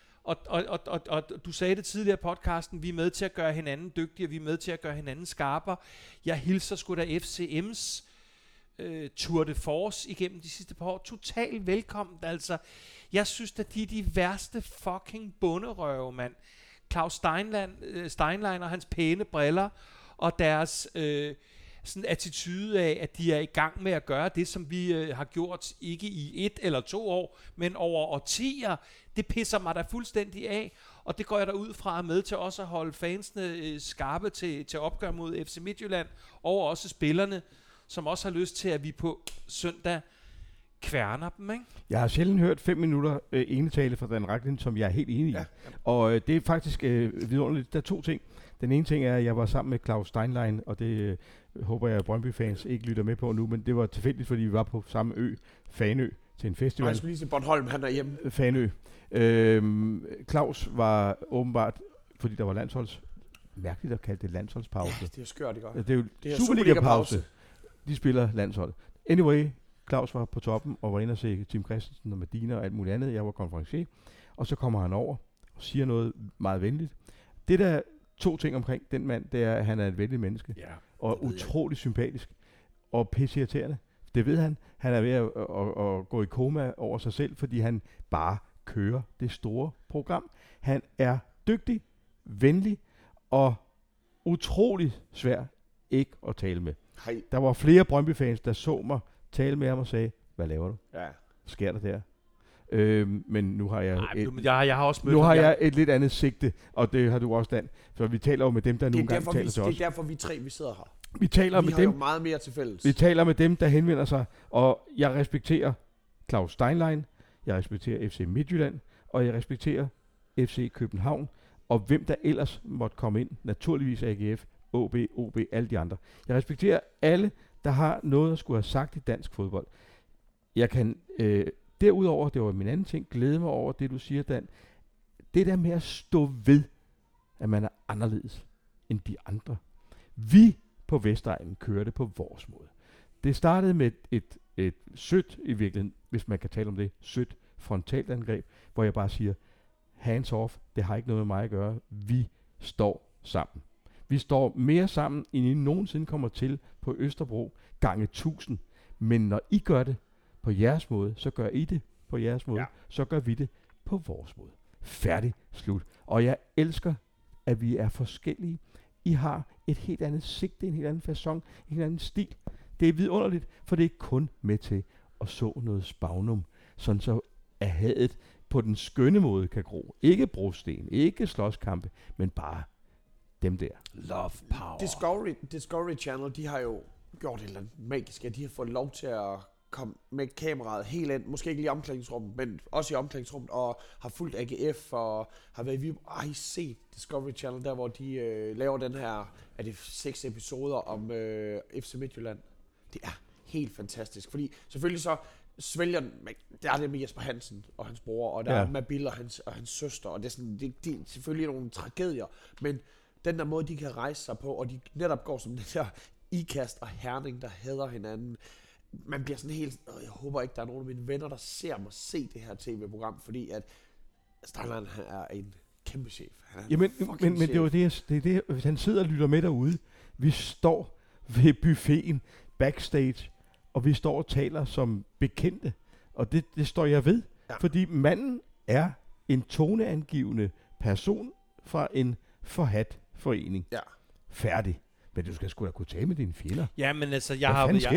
Og du sagde det tidligere i podcasten, vi er med til at gøre hinanden dygtigere, vi er med til at gøre hinanden skarpere. Jeg hilser sgu da FCM's Tour de Force igennem de sidste par år. Totalt velkommen, altså. Jeg synes, at de er de værste fucking bunderøve, mand. Claus Steinlein og hans pæne briller, og deres sådan attitude af, at de er i gang med at gøre det, som vi har gjort, ikke i 1 eller 2 år, men over årtier. Det pisser mig da fuldstændig af, og det går jeg da ud fra med til også at holde fansene skarpe til opgør mod FC Midtjylland, og også spillerne, som også har lyst til, at vi på søndag kværner dem, ikke? Jeg
har sjældent hørt 5 minutter enetale fra Dan Rachlin, som jeg er helt enig i. Ja. Og det er faktisk vidunderligt. Der er 2 ting. Den ene ting er, at jeg var sammen med Claus Steinlein, og det håber jeg, at Brøndby-fans ikke lytter med på nu, men det var tilfældigt, fordi vi var på samme ø, Fanø, til en festival.
Jeg skulle lige til Bornholm, han er hjemme.
Fanø. Claus var åbenbart, fordi der var landsholds... Mærkeligt at kalde det landsholdspause.
Ja, det er skørt, det gør.
Det er jo Superliga-pause. De spiller landshold. Anyway, Claus var på toppen og var inde og se Tim Christensen og Medina og alt muligt andet. Jeg var konferencier. Og så kommer han over og siger noget meget venligt. Det der 2 ting omkring den mand, det er, at han er et venligt menneske. Ja, og utrolig sympatisk. Og pisseirriterende. Det ved han. Han er ved at gå i koma over sig selv, fordi han bare kører det store program. Han er dygtig, venlig og utrolig svær ikke at tale med. Hej. Der var flere Brøndby-fans, der så mig tale med ham og sagde, hvad laver du? Ja. Sker der der? Men nu har jeg
har også mødt
nu har jeg et lidt andet sigte, og det har du også, Dan. Så vi taler jo med dem, der nogle gange taler til os.
Det er derfor, vi 3 vi sidder her.
Vi taler med
dem. Vi har jo meget mere til fælles.
Vi taler med dem, der henvender sig, og jeg respekterer Claus Steinlein, jeg respekterer FC Midtjylland, og jeg respekterer FC København, og hvem der ellers måtte komme ind, naturligvis AGF, OB, alle de andre. Jeg respekterer alle, der har noget at skulle have sagt i dansk fodbold. Jeg kan derudover, det var min anden ting, glæde mig over det, du siger, Dan. Det der med at stå ved, at man er anderledes end de andre. Vi på Vestegnen kørte på vores måde. Det startede med et sødt, i virkeligheden, hvis man kan tale om det, sødt frontalt angreb, hvor jeg bare siger, hands off, det har ikke noget med mig at gøre. Vi står sammen. Vi står mere sammen, end I nogensinde kommer til på Østerbro, gange 1000. Men når I gør det på jeres måde, så gør I det på jeres måde. Ja. Så gør vi det på vores måde. Færdig, slut. Og jeg elsker, at vi er forskellige. I har et helt andet sigte, en helt anden facon, en helt anden stil. Det er vidunderligt, for det er kun med til at så noget spagnum, sådan så at hadet på den skønne måde kan gro. Ikke brosten, ikke slåskampe, men bare dem der.
Love power.
Discovery Channel, de har jo gjort et eller andet magisk, at de har fået lov til at kom med kameraet helt ind, måske ikke lige i omklædningsrummet, men også i omklædningsrummet, og har fulgt AGF, og har været i Viborg. Har I set Discovery Channel, der hvor de laver den her, er det 6 episoder om FC Midtjylland? Det er helt fantastisk, fordi selvfølgelig så svælger den, der er det med Jesper Hansen og hans bror, og der er Mabil og hans søster, og det er sådan, det er selvfølgelig nogle tragedier, men den der måde, de kan rejse sig på, og de netop går som det der Ikast og Herning, der hader hinanden. Man bliver sådan helt, jeg håber ikke, der er nogen af mine venner, der ser mig se det her tv-program, fordi at Steinlein er en kæmpe chef.
Men det er jo det, hvis han sidder og lytter med derude, vi står ved buffeten backstage, og vi står og taler som bekendte, og det står jeg ved, fordi manden er en toneangivende person fra en forhat forening. Ja. Færdig. Men du skal sgu da kunne tale med dine fjender.
Ja, men altså, jeg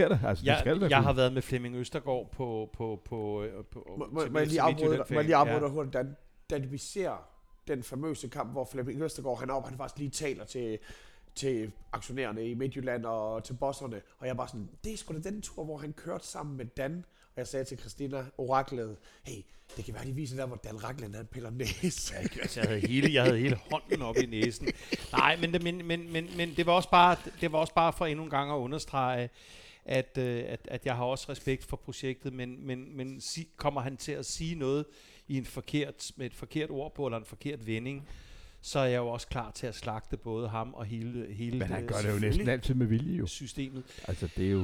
har været med Flemming Østergaard på
må jeg lige afbryde dig hurtigt, da vi ser den famøse kamp, hvor Flemming Østergaard, han faktisk lige taler til aktionærerne i Midtjylland og til bosserne, og jeg bare sådan, det er sgu da den tur, hvor han kørte sammen med Dan, og jeg sagde til Christina Oraklet, hey, det kan være, de viser der, hvor Dan Ragland han piller næse.
Jeg havde hele hånden op i næsen. Nej, men det var også bare for endnu en gang at understrege, at jeg har også respekt for projektet, men kommer han til at sige noget i med et forkert ord på, eller en forkert vending, så er jeg jo også klar til at slagte både ham og hele
men han gør det jo næsten altid med vilje, jo.
Systemet.
Altså, det er jo...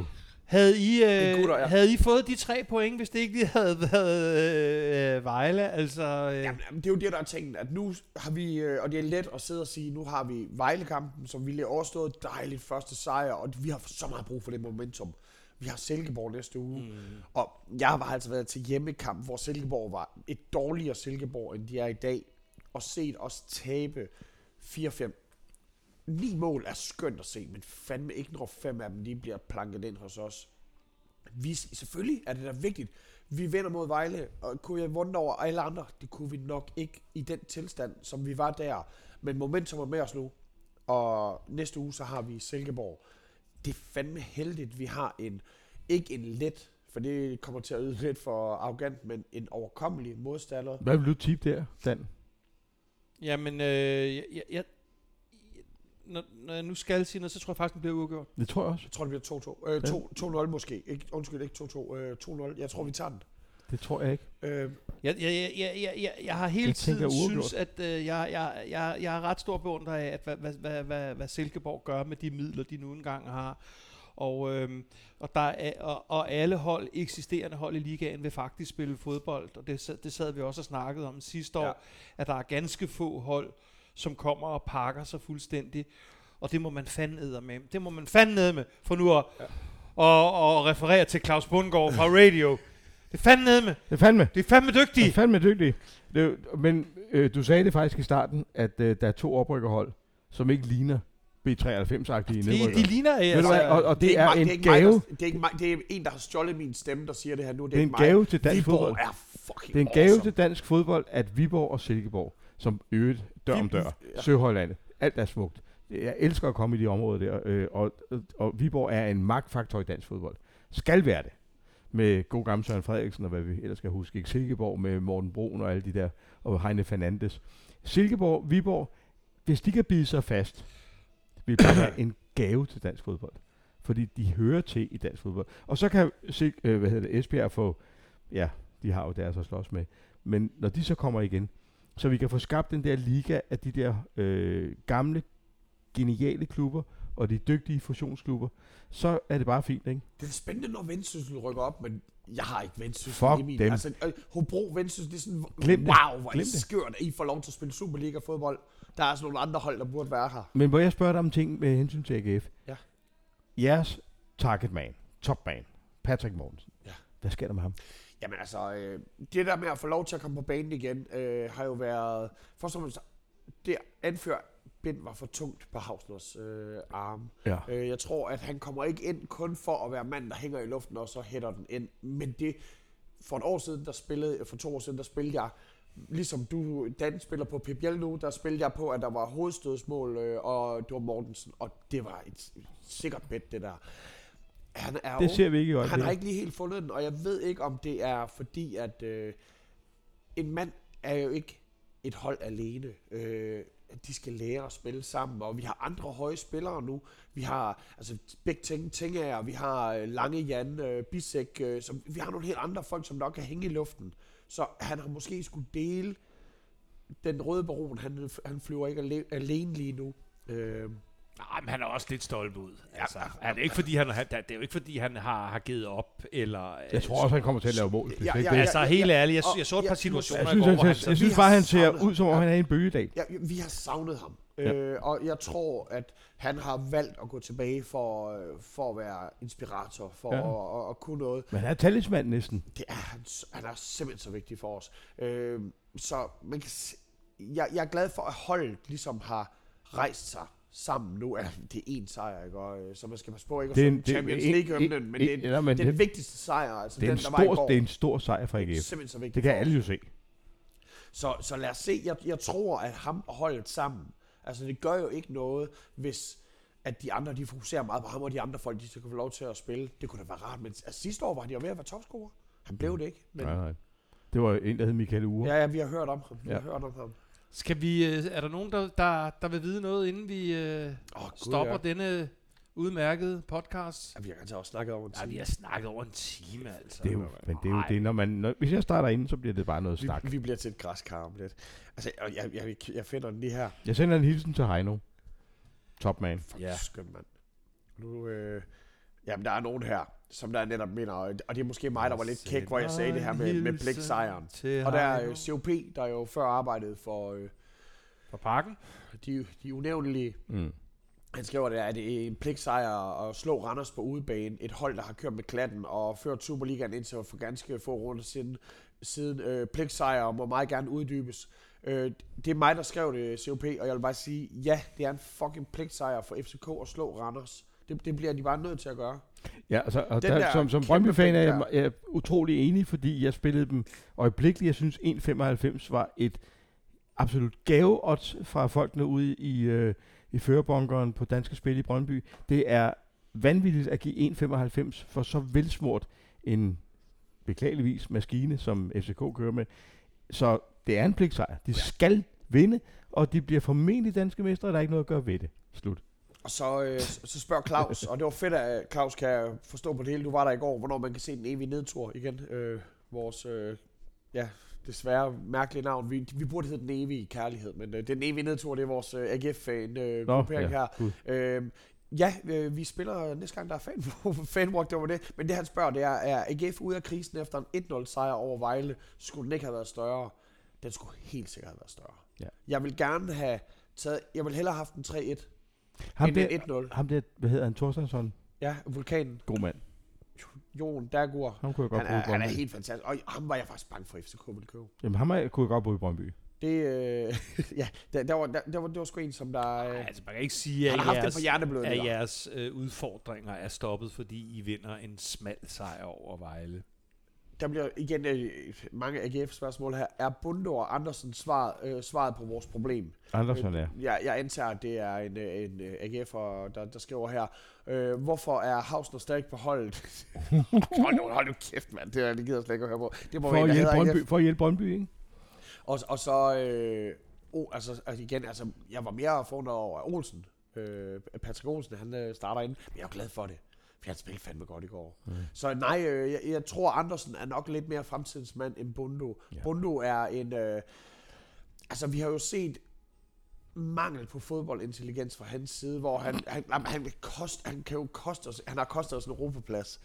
Havde I fået de 3 point, hvis det ikke lige havde været Vejle? Altså,
Jamen, det er jo det, der er tænkt, at nu har vi, og det er let at sidde og sige, nu har vi Vejle-kampen, som vi lige overstået, dejligt første sejr, og vi har så meget brug for det momentum. Vi har Silkeborg næste uge, og jeg har altså været til hjemmekamp, hvor Silkeborg var et dårligere Silkeborg, end de er i dag, og set os tabe 4-5. 9 mål er skønt at se, men fandme ikke når 5 af dem lige bliver planket ind hos os. Selvfølgelig er det da vigtigt. Vi vinder mod Vejle, og kunne jeg vundet over alle andre? Det kunne vi nok ikke i den tilstand, som vi var der. Men momentum er med os nu, og næste uge så har vi Silkeborg. Det er fandme heldigt, vi har ikke en let, for det kommer til at yde lidt for arrogant, men en overkommelig modstander.
Hvad vil du tippe der, Dan?
Jamen, når jeg nu skal sige noget, så tror jeg faktisk, det bliver uafgjort.
Det tror jeg også.
Jeg tror, det bliver 2-0 måske. Ikke 2-0. 2-0. Jeg tror, vi tager den.
Det tror jeg ikke.
Jeg har hele tiden synes, at jeg har ret stor beundring af, at hvad Silkeborg gør med de midler, de nu engang har. Og alle hold, eksisterende hold i ligaen vil faktisk spille fodbold, og det sad vi også og snakkede om sidste år, at der er ganske få hold, som kommer og pakker sig fuldstændig, og det må man fandme med. Det må man fandme med, for nu at referere til Claus Bundgaard fra Radio. Det er fandme. Det er fandme dygtige.
Det er fandme dygtige. Men du sagde det faktisk i starten, at der er 2 oprykkerhold, som ikke ligner B93-agtige nedrykker.
De ligner,
og det er en gave.
Det er en, der har stjålet min stemme, der siger det her nu.
Det er en gave til dansk fodbold.
Det
er en gave til dansk fodbold, at Viborg og Silkeborg, som øget dør om dør, Søhøjlandet, alt er smukt. Jeg elsker at komme i de områder der, og Viborg er en magtfaktor i dansk fodbold. Skal være det. Med god gamle Søren Frederiksen, og hvad vi ellers skal huske. Ikke? Silkeborg med Morten Broen og alle de der, og Heine Fernandes. Silkeborg, Viborg, hvis de kan bide sig fast, vil det være en gave til dansk fodbold. Fordi de hører til i dansk fodbold. Og så kan Esbjerg få, ja, de har jo deres at slås med, men når de så kommer igen, så vi kan få skabt den der liga af de der gamle, geniale klubber, og de dygtige fusionsklubber, så er det bare fint, ikke?
Det er spændende, når Vendsyssel rykker op, men jeg har ikke Vendsyssel
i
min.
Dem.
Altså, Hobro, Vendsyssel, det er sådan,
wow,
hvor er det skørt, at I får lov til at spille Superliga-fodbold. Der er altså nogle andre hold, der burde være her.
Men må jeg spørge dig om ting med hensyn til AGF?
Ja.
Jeres targetman, topman, Patrick Mortensen.
Ja.
Hvad sker der med ham?
Jamen altså, det der med at få lov til at komme på banen igen, har jo været... Først og fremmest, det anfører bind var for tungt på Hausners arme. Ja. Jeg tror, at han kommer ikke ind kun for at være manden, der hænger i luften, og så hætter den ind. Men det, for 2 år siden, der spillede jeg, ligesom du, Dan spiller på Pep Biel nu, der spillede jeg på, at der var hovedstødsmål, og det var Mortensen, og det var et sikkert bet, det der. Han er
Det ser vi ikke i
han
øjeblikket.
har ikke lige helt fundet den, og jeg ved ikke, om det er fordi, at en mand er jo ikke et hold alene. De skal lære at spille sammen, og vi har andre høje spillere nu. Vi har altså Bæk Tingager, vi har Lange Jan, Bisek, som vi har nogle helt andre folk, som nok kan hænge i luften. Så han har måske skulle dele den røde baron. Han flyver ikke alene lige nu.
Nej, men han er også lidt stolt ud. Altså, det er ikke fordi det er jo ikke fordi han har givet op eller.
Jeg tror også han kommer til at lave mål.
Altså helt ærligt, jeg så et par situationer i går, hvor
jeg synes bare han ser ud som om han er i en bølgedag.
Ja, vi har savnet ham. Og jeg tror at han har valgt at gå tilbage for at være inspirator, for at kunne noget.
Men han er talisman næsten.
Det er han er simpelthen så vigtig for os. Så man kan jeg er glad for at holdet ligesom har rejst sig sammen. Nu er det én sejr, ikke? Og, så man skal passe på ikke at få Champions League-ømnen, men det er den vigtigste sejr. Altså
det er en stor sejr for AGF. Det kan alle jo se.
Så lad os se. Jeg tror, at ham og holdet sammen, altså det gør jo ikke noget, hvis at de andre, de fokuserer meget på ham, og de andre folk, de skal få lov til at spille. Det kunne da være rart, men altså, sidste år var de jo ved at være topscorer. Han blev det ikke. Men
nej. Det var en, der hed Michael Ure.
Ja, vi har hørt om ham.
Skal vi, er der nogen, der vil vide noget, inden vi stopper denne udmærkede podcast?
Ja, vi har altså også snakket over en time.
Ja, vi har snakket over en time, altså.
Det er jo, men det er jo det, når hvis jeg starter inden, så bliver det bare noget snak.
Vi bliver til et græskar om lidt. Altså, jeg finder den lige her.
Jeg sender en hilsen til Heino. Topman.
Skøn, mand. Nu, jamen, der er nogen her, som der netop mener, og det er måske mig, der var lidt kæk, hvor jeg sagde det her med Blik-sejren. Og der er COP, der jo før arbejdede for
Parken.
De unævnlige. Han skriver der, at det er en pligtsejr at slå Randers på udebane. Et hold, der har kørt med klatten og ført Superligaen indtil for ganske få runder siden. Pligtsejr må meget gerne uddybes. Det er mig, der skrev det, COP, og jeg vil bare sige, ja, det er en fucking pligtsejr for FCK at slå Randers. Det bliver de bare nødt til at gøre.
Ja, altså, og der, som Brøndby-fan er jeg utrolig enig, fordi jeg spillede dem øjeblikkeligt. Jeg synes 1,95 var et absolut gaveodds fra folkene ude i førerbunkeren på Danske Spil i Brøndby. Det er vanvittigt at give 1,95 for så velsmurt en beklageligvis maskine, som FCK kører med. Så det er en pligtsejr. De skal vinde, og de bliver formentlig danske mestre, og der er ikke noget at gøre ved det. Slut.
Og så spørger Claus, og det var fedt, at Claus kan forstå på det hele. Du var der i går, hvornår man kan se den evige nedtur igen. Vores, desværre mærkelige navn. Vi burde hedde den evige kærlighed, men den evige nedtur, det er vores AGF-fan-gruppering her. Vi spiller næste gang, der er fanwalk, det var det. Men det han spørger, det er AGF ude af krisen efter en 1-0-sejr over Vejle. Skulle den ikke have været større? Den skulle helt sikkert have været større. Ja. Jeg vil gerne have taget, jeg vil hellere have haft en 3-1.
Ham der, hvad hedder han, Thorstensson?
Ja, Vulkanen.
God mand.
Jon Dagur.
Han kunne jeg godt
han er helt fantastisk. Og ham var jeg faktisk bange for, FCK ville købe.
Jamen ham kunne jeg godt bo i Brøndby.
Det, det var sgu en, som der...
altså man kan ikke sige, at jeres udfordringer er stoppet, fordi I vinder en smal sejr over Vejle.
Der bliver igen mange AGF-spørgsmål her. Er Bundo og Andersen svaret på vores problem?
Andersen, ja.
Jeg antager, at det er en AGF'er, der skriver her. Hvorfor er Hausner stadig på holdet? Hold nu kæft, mand. Det gider jeg slet ikke at høre på. Det må
for at hjælpe Brøndby, ikke?
Og så... igen, jeg var mere forundret over Olsen. Patrick Olsen, han starter ind. Men jeg er glad for det. For han spillede fandme godt i går. Så nej, jeg tror, Andersen er nok lidt mere fremtidens mand end Bundo. Ja. Bundo er en... vi har jo set mangel på fodboldintelligens fra hans side, hvor han kan jo koste os, han har kostet os en europaplads.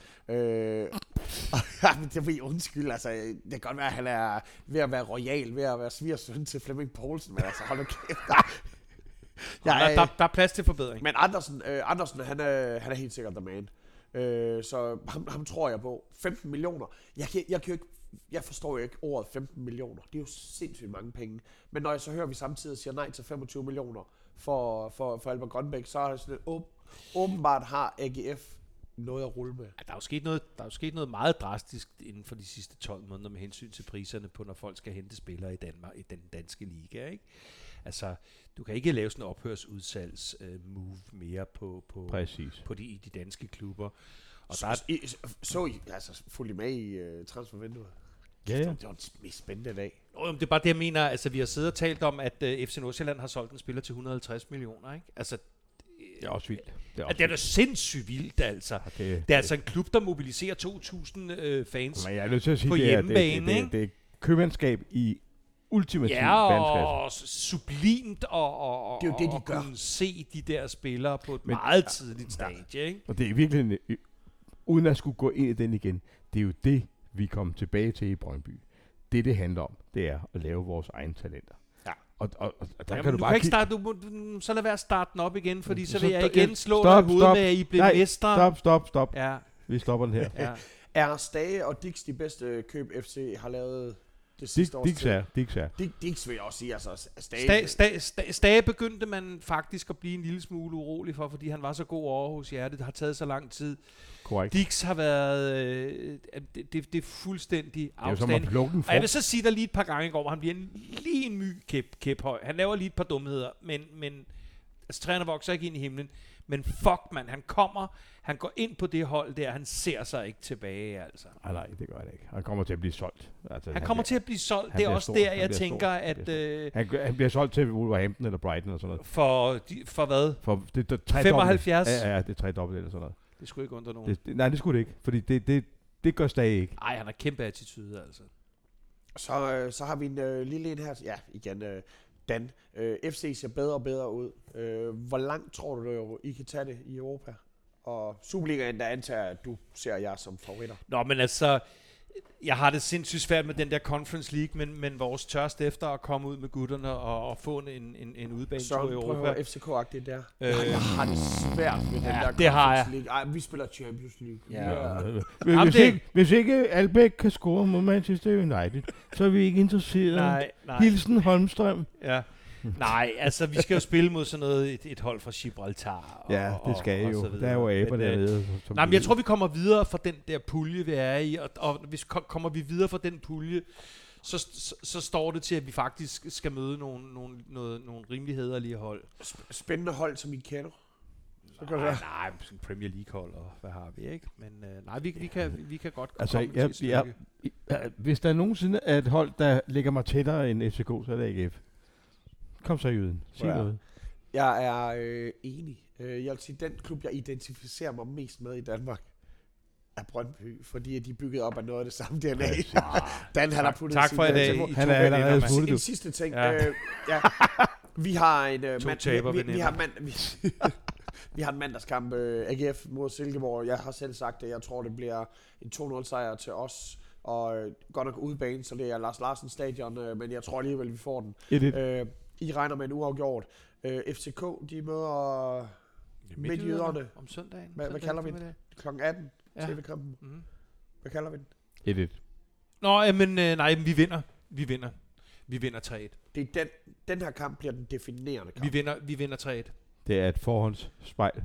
Det vil undskyld, altså, det kan godt være, at han er ved at være royal, ved at være svigersøn til Flemming Poulsen, men altså, hold nu kæft.
Der er plads til forbedring.
Men Andersen han er helt sikkert the man. Så ham tror jeg på. 15 millioner. Jeg forstår jo ikke ordet 15 millioner. Det er jo sindssygt mange penge. Men når jeg så hører, vi samtidig siger nej til 25 millioner for Albert Grønbæk, så er det sådan åbenbart har AGF noget at rulle med.
Ja, der er jo sket noget meget drastisk inden for de sidste 12 måneder med hensyn til priserne på, når folk skal hente spillere i Danmark, i den danske liga, ikke? Altså, du kan ikke lave sådan en ophørsudsalgs move mere på de danske klubber. Og der er,
Så I, altså fulgte I med i transfervinduet?
Ja, ja.
Det var den mest spændende dag.
det er bare det, jeg mener. Altså, vi har siddet og talt om, at FC Nordsjælland har solgt en spiller til 150 millioner, ikke? Altså,
Det er også vildt.
det er da sindssygt vildt, altså. Det er altså en klub, der mobiliserer 2.000 fans
Men jeg er nødt til at sige,
på hjemmebane, ikke?
det er købmandskab i ultimativ
Ja,
verdensklasse.
og sublimt og
Det er jo det, de
og
gør.
kunne se de der spillere på et
Men-
meget tidligt stadie, ikke?
Og det er virkelig, uden at skulle gå ind i den igen, det er jo det, vi kommer tilbage til i Brøndby. Det handler om, det er at lave vores egne talenter.
Ja.
Og der
Ja,
kan
du
du bare
kan ikke
kigge...
starte, så lad være at starte den op igen, fordi så
Så
vil jeg
stop-
igen slå
stop,
dig i hovedet
stop.
med, at I bliver
Nej,
mestre.
Stop.
Ja,
Vi stopper den her.
ja.
Er Stage og Dix de bedste køb FC har lavet det sidste års tid?
Dix er.
Dix vil jeg også sige, altså Stage...
Stage begyndte man faktisk at blive en lille smule urolig for, fordi han var så god over hos jer. Det har taget så lang tid.
Korrekt.
Dix har været... det er fuldstændig
Det er jo som at
afstændigt.
plukke en
Og jeg vil
frugt.
så sige dig lige et par gange i går, hvor han bliver lige en my kæphøj. Han laver lige et par dumheder, men altså, træner vokser ikke ind i himlen. Men fuck, man, han går ind på det hold der, han ser sig ikke tilbage, altså.
Nej, det gør han ikke. Han kommer til at blive solgt. Altså,
Han kommer til at blive solgt.
han
Det er
bliver
også
stor.
der,
Han
jeg
bliver
tænker,
stor.
at...
Han bliver solgt til Wolverhampton eller Brighton eller sådan noget.
For hvad?
For det er
75?
Ja, det er 3 dobbelt eller sådan noget.
Det skulle ikke undre nogen.
Nej, det skulle det ikke. Fordi det gør Stage ikke.
Nej, han har kæmpe attitude, altså.
Så har vi en lille en her. Ja, igen. Dan. FC ser bedre og bedre ud. Hvor langt tror du, I kan tage det i Europa? Og Superligaen, der antager, at du ser jer som favoritter.
Nå, men altså... Jeg har det sindssygt svært med den der Conference League, men vores tørst efter at komme ud med gutterne og få en udbanetur
Så
i
prøv at
Europa.
høre FCK-agtigt der. Jeg har det svært med den der
det har
Conference League. Ej, vi spiller Champions League.
Jamen,
Hvis ikke Albæk kan score mod Manchester United, så er vi ikke interesseret.
Nej.
Hilsen Holmstrøm.
Ja. Nej, altså vi skal jo spille mod sådan noget, et hold fra Gibraltar.
Ja, det skal I
og
jo.
så videre.
Der er jo aber
Men,
dernede.
Nej, men jeg tror, vi kommer videre fra den der pulje, vi er i, og hvis kommer vi videre fra den pulje, så står det til, at vi faktisk skal møde nogle rimelig hæderlige hold.
Spændende hold, som I kender. Så kan det
Nej,
være.
nej, sådan Premier League hold, og hvad har vi, ikke? Men nej, vi kan godt
Altså,
komme til et stykke.
hvis der nogensinde er et hold, der ligger mig tættere end FCK, så er det AGF. Kom så, Jyden. Sig
Ja.
noget.
Jeg er enig. Jeg vil sige, den klub, jeg identificerer mig mest med i Danmark, er Brøndby, fordi de er bygget op af noget af det samme DNA. Dan, han har puttet
Tak
sin,
for i dag.
telefon.
I
Han
to
er allerede
veninder, mand.
smuttet, du.
En sidste ting.
Ja.
Ja. Vi har en mand,
taberveninder.
vi har en mandagskamp AGF mod Silkeborg. Jeg har selv sagt det. Jeg tror, det bliver en 2-0 sejr til os. Og godt nok udebane, så det er Lars Larsen stadion, men jeg tror alligevel, vi får den.
1-1.
I regner med en uafgjort. FCK, de møder Midtjyderne
om søndagen.
Hvad kalder vi det? Kl. 18.
Ja.
TV-kampen.
Mm.
Hvad kalder vi den?
1-1.
Nå, men nej, vi vinder. Vi vinder 3-1.
Det er den her kamp bliver den definerende kamp.
Vi vinder 3-1.
Det er et forhåndsspejl.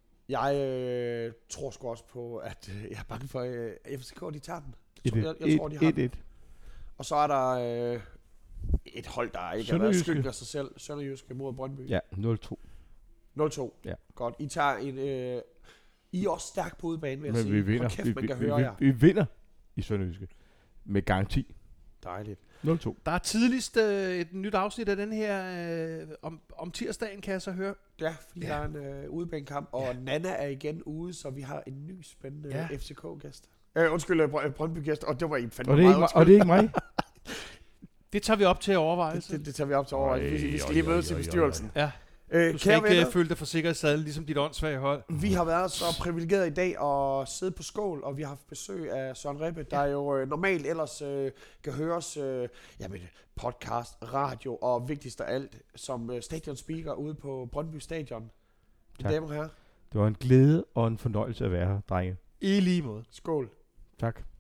Jeg tror sgu også på, at jeg er bange for, at FCK de tager den.
1-1.
Jeg tror, de har den.
1-1.
Og så er der et hold, der ikke har været skyldt af sig selv. Sønderjyske mod Brøndby.
Ja, 0-2.
0-2.
Ja.
Godt. I tager en... I er også stærk på udebane, vil jeg
Men
sige.
vi vinder.
Hold kæft, man kan høre jer.
Vi vinder i Sønderjyske. Med garanti.
Dejligt.
0-2.
Der er tidligst et nyt afsnit af den her om tirsdagen, kan jeg så høre.
Ja, fordi der er en udebanekamp, og Nana er igen ude, så vi har en ny spændende FCK-gæst. Brøndby-gæst, og det var I fandme meget
Og det er ikke mig.
Det tager vi op til overvejelse.
Det tager vi op til overvejelse. Vi skal lige mødes i bestyrelsen.
Ja. Du skal ikke føle dig for sikkerhed sadel, ligesom dit åndssvage hold.
Vi har været så privilegeret i dag at sidde på Skål, og vi har haft besøg af Søren Rebbe, der jo normalt ellers kan høres podcast, radio og vigtigst af alt som stadion speaker ude på Brøndby Stadion.
Tak.
Damer og herrer,
Det var en glæde og en fornøjelse at være her, drenge.
I lige måde.
skål.
Tak.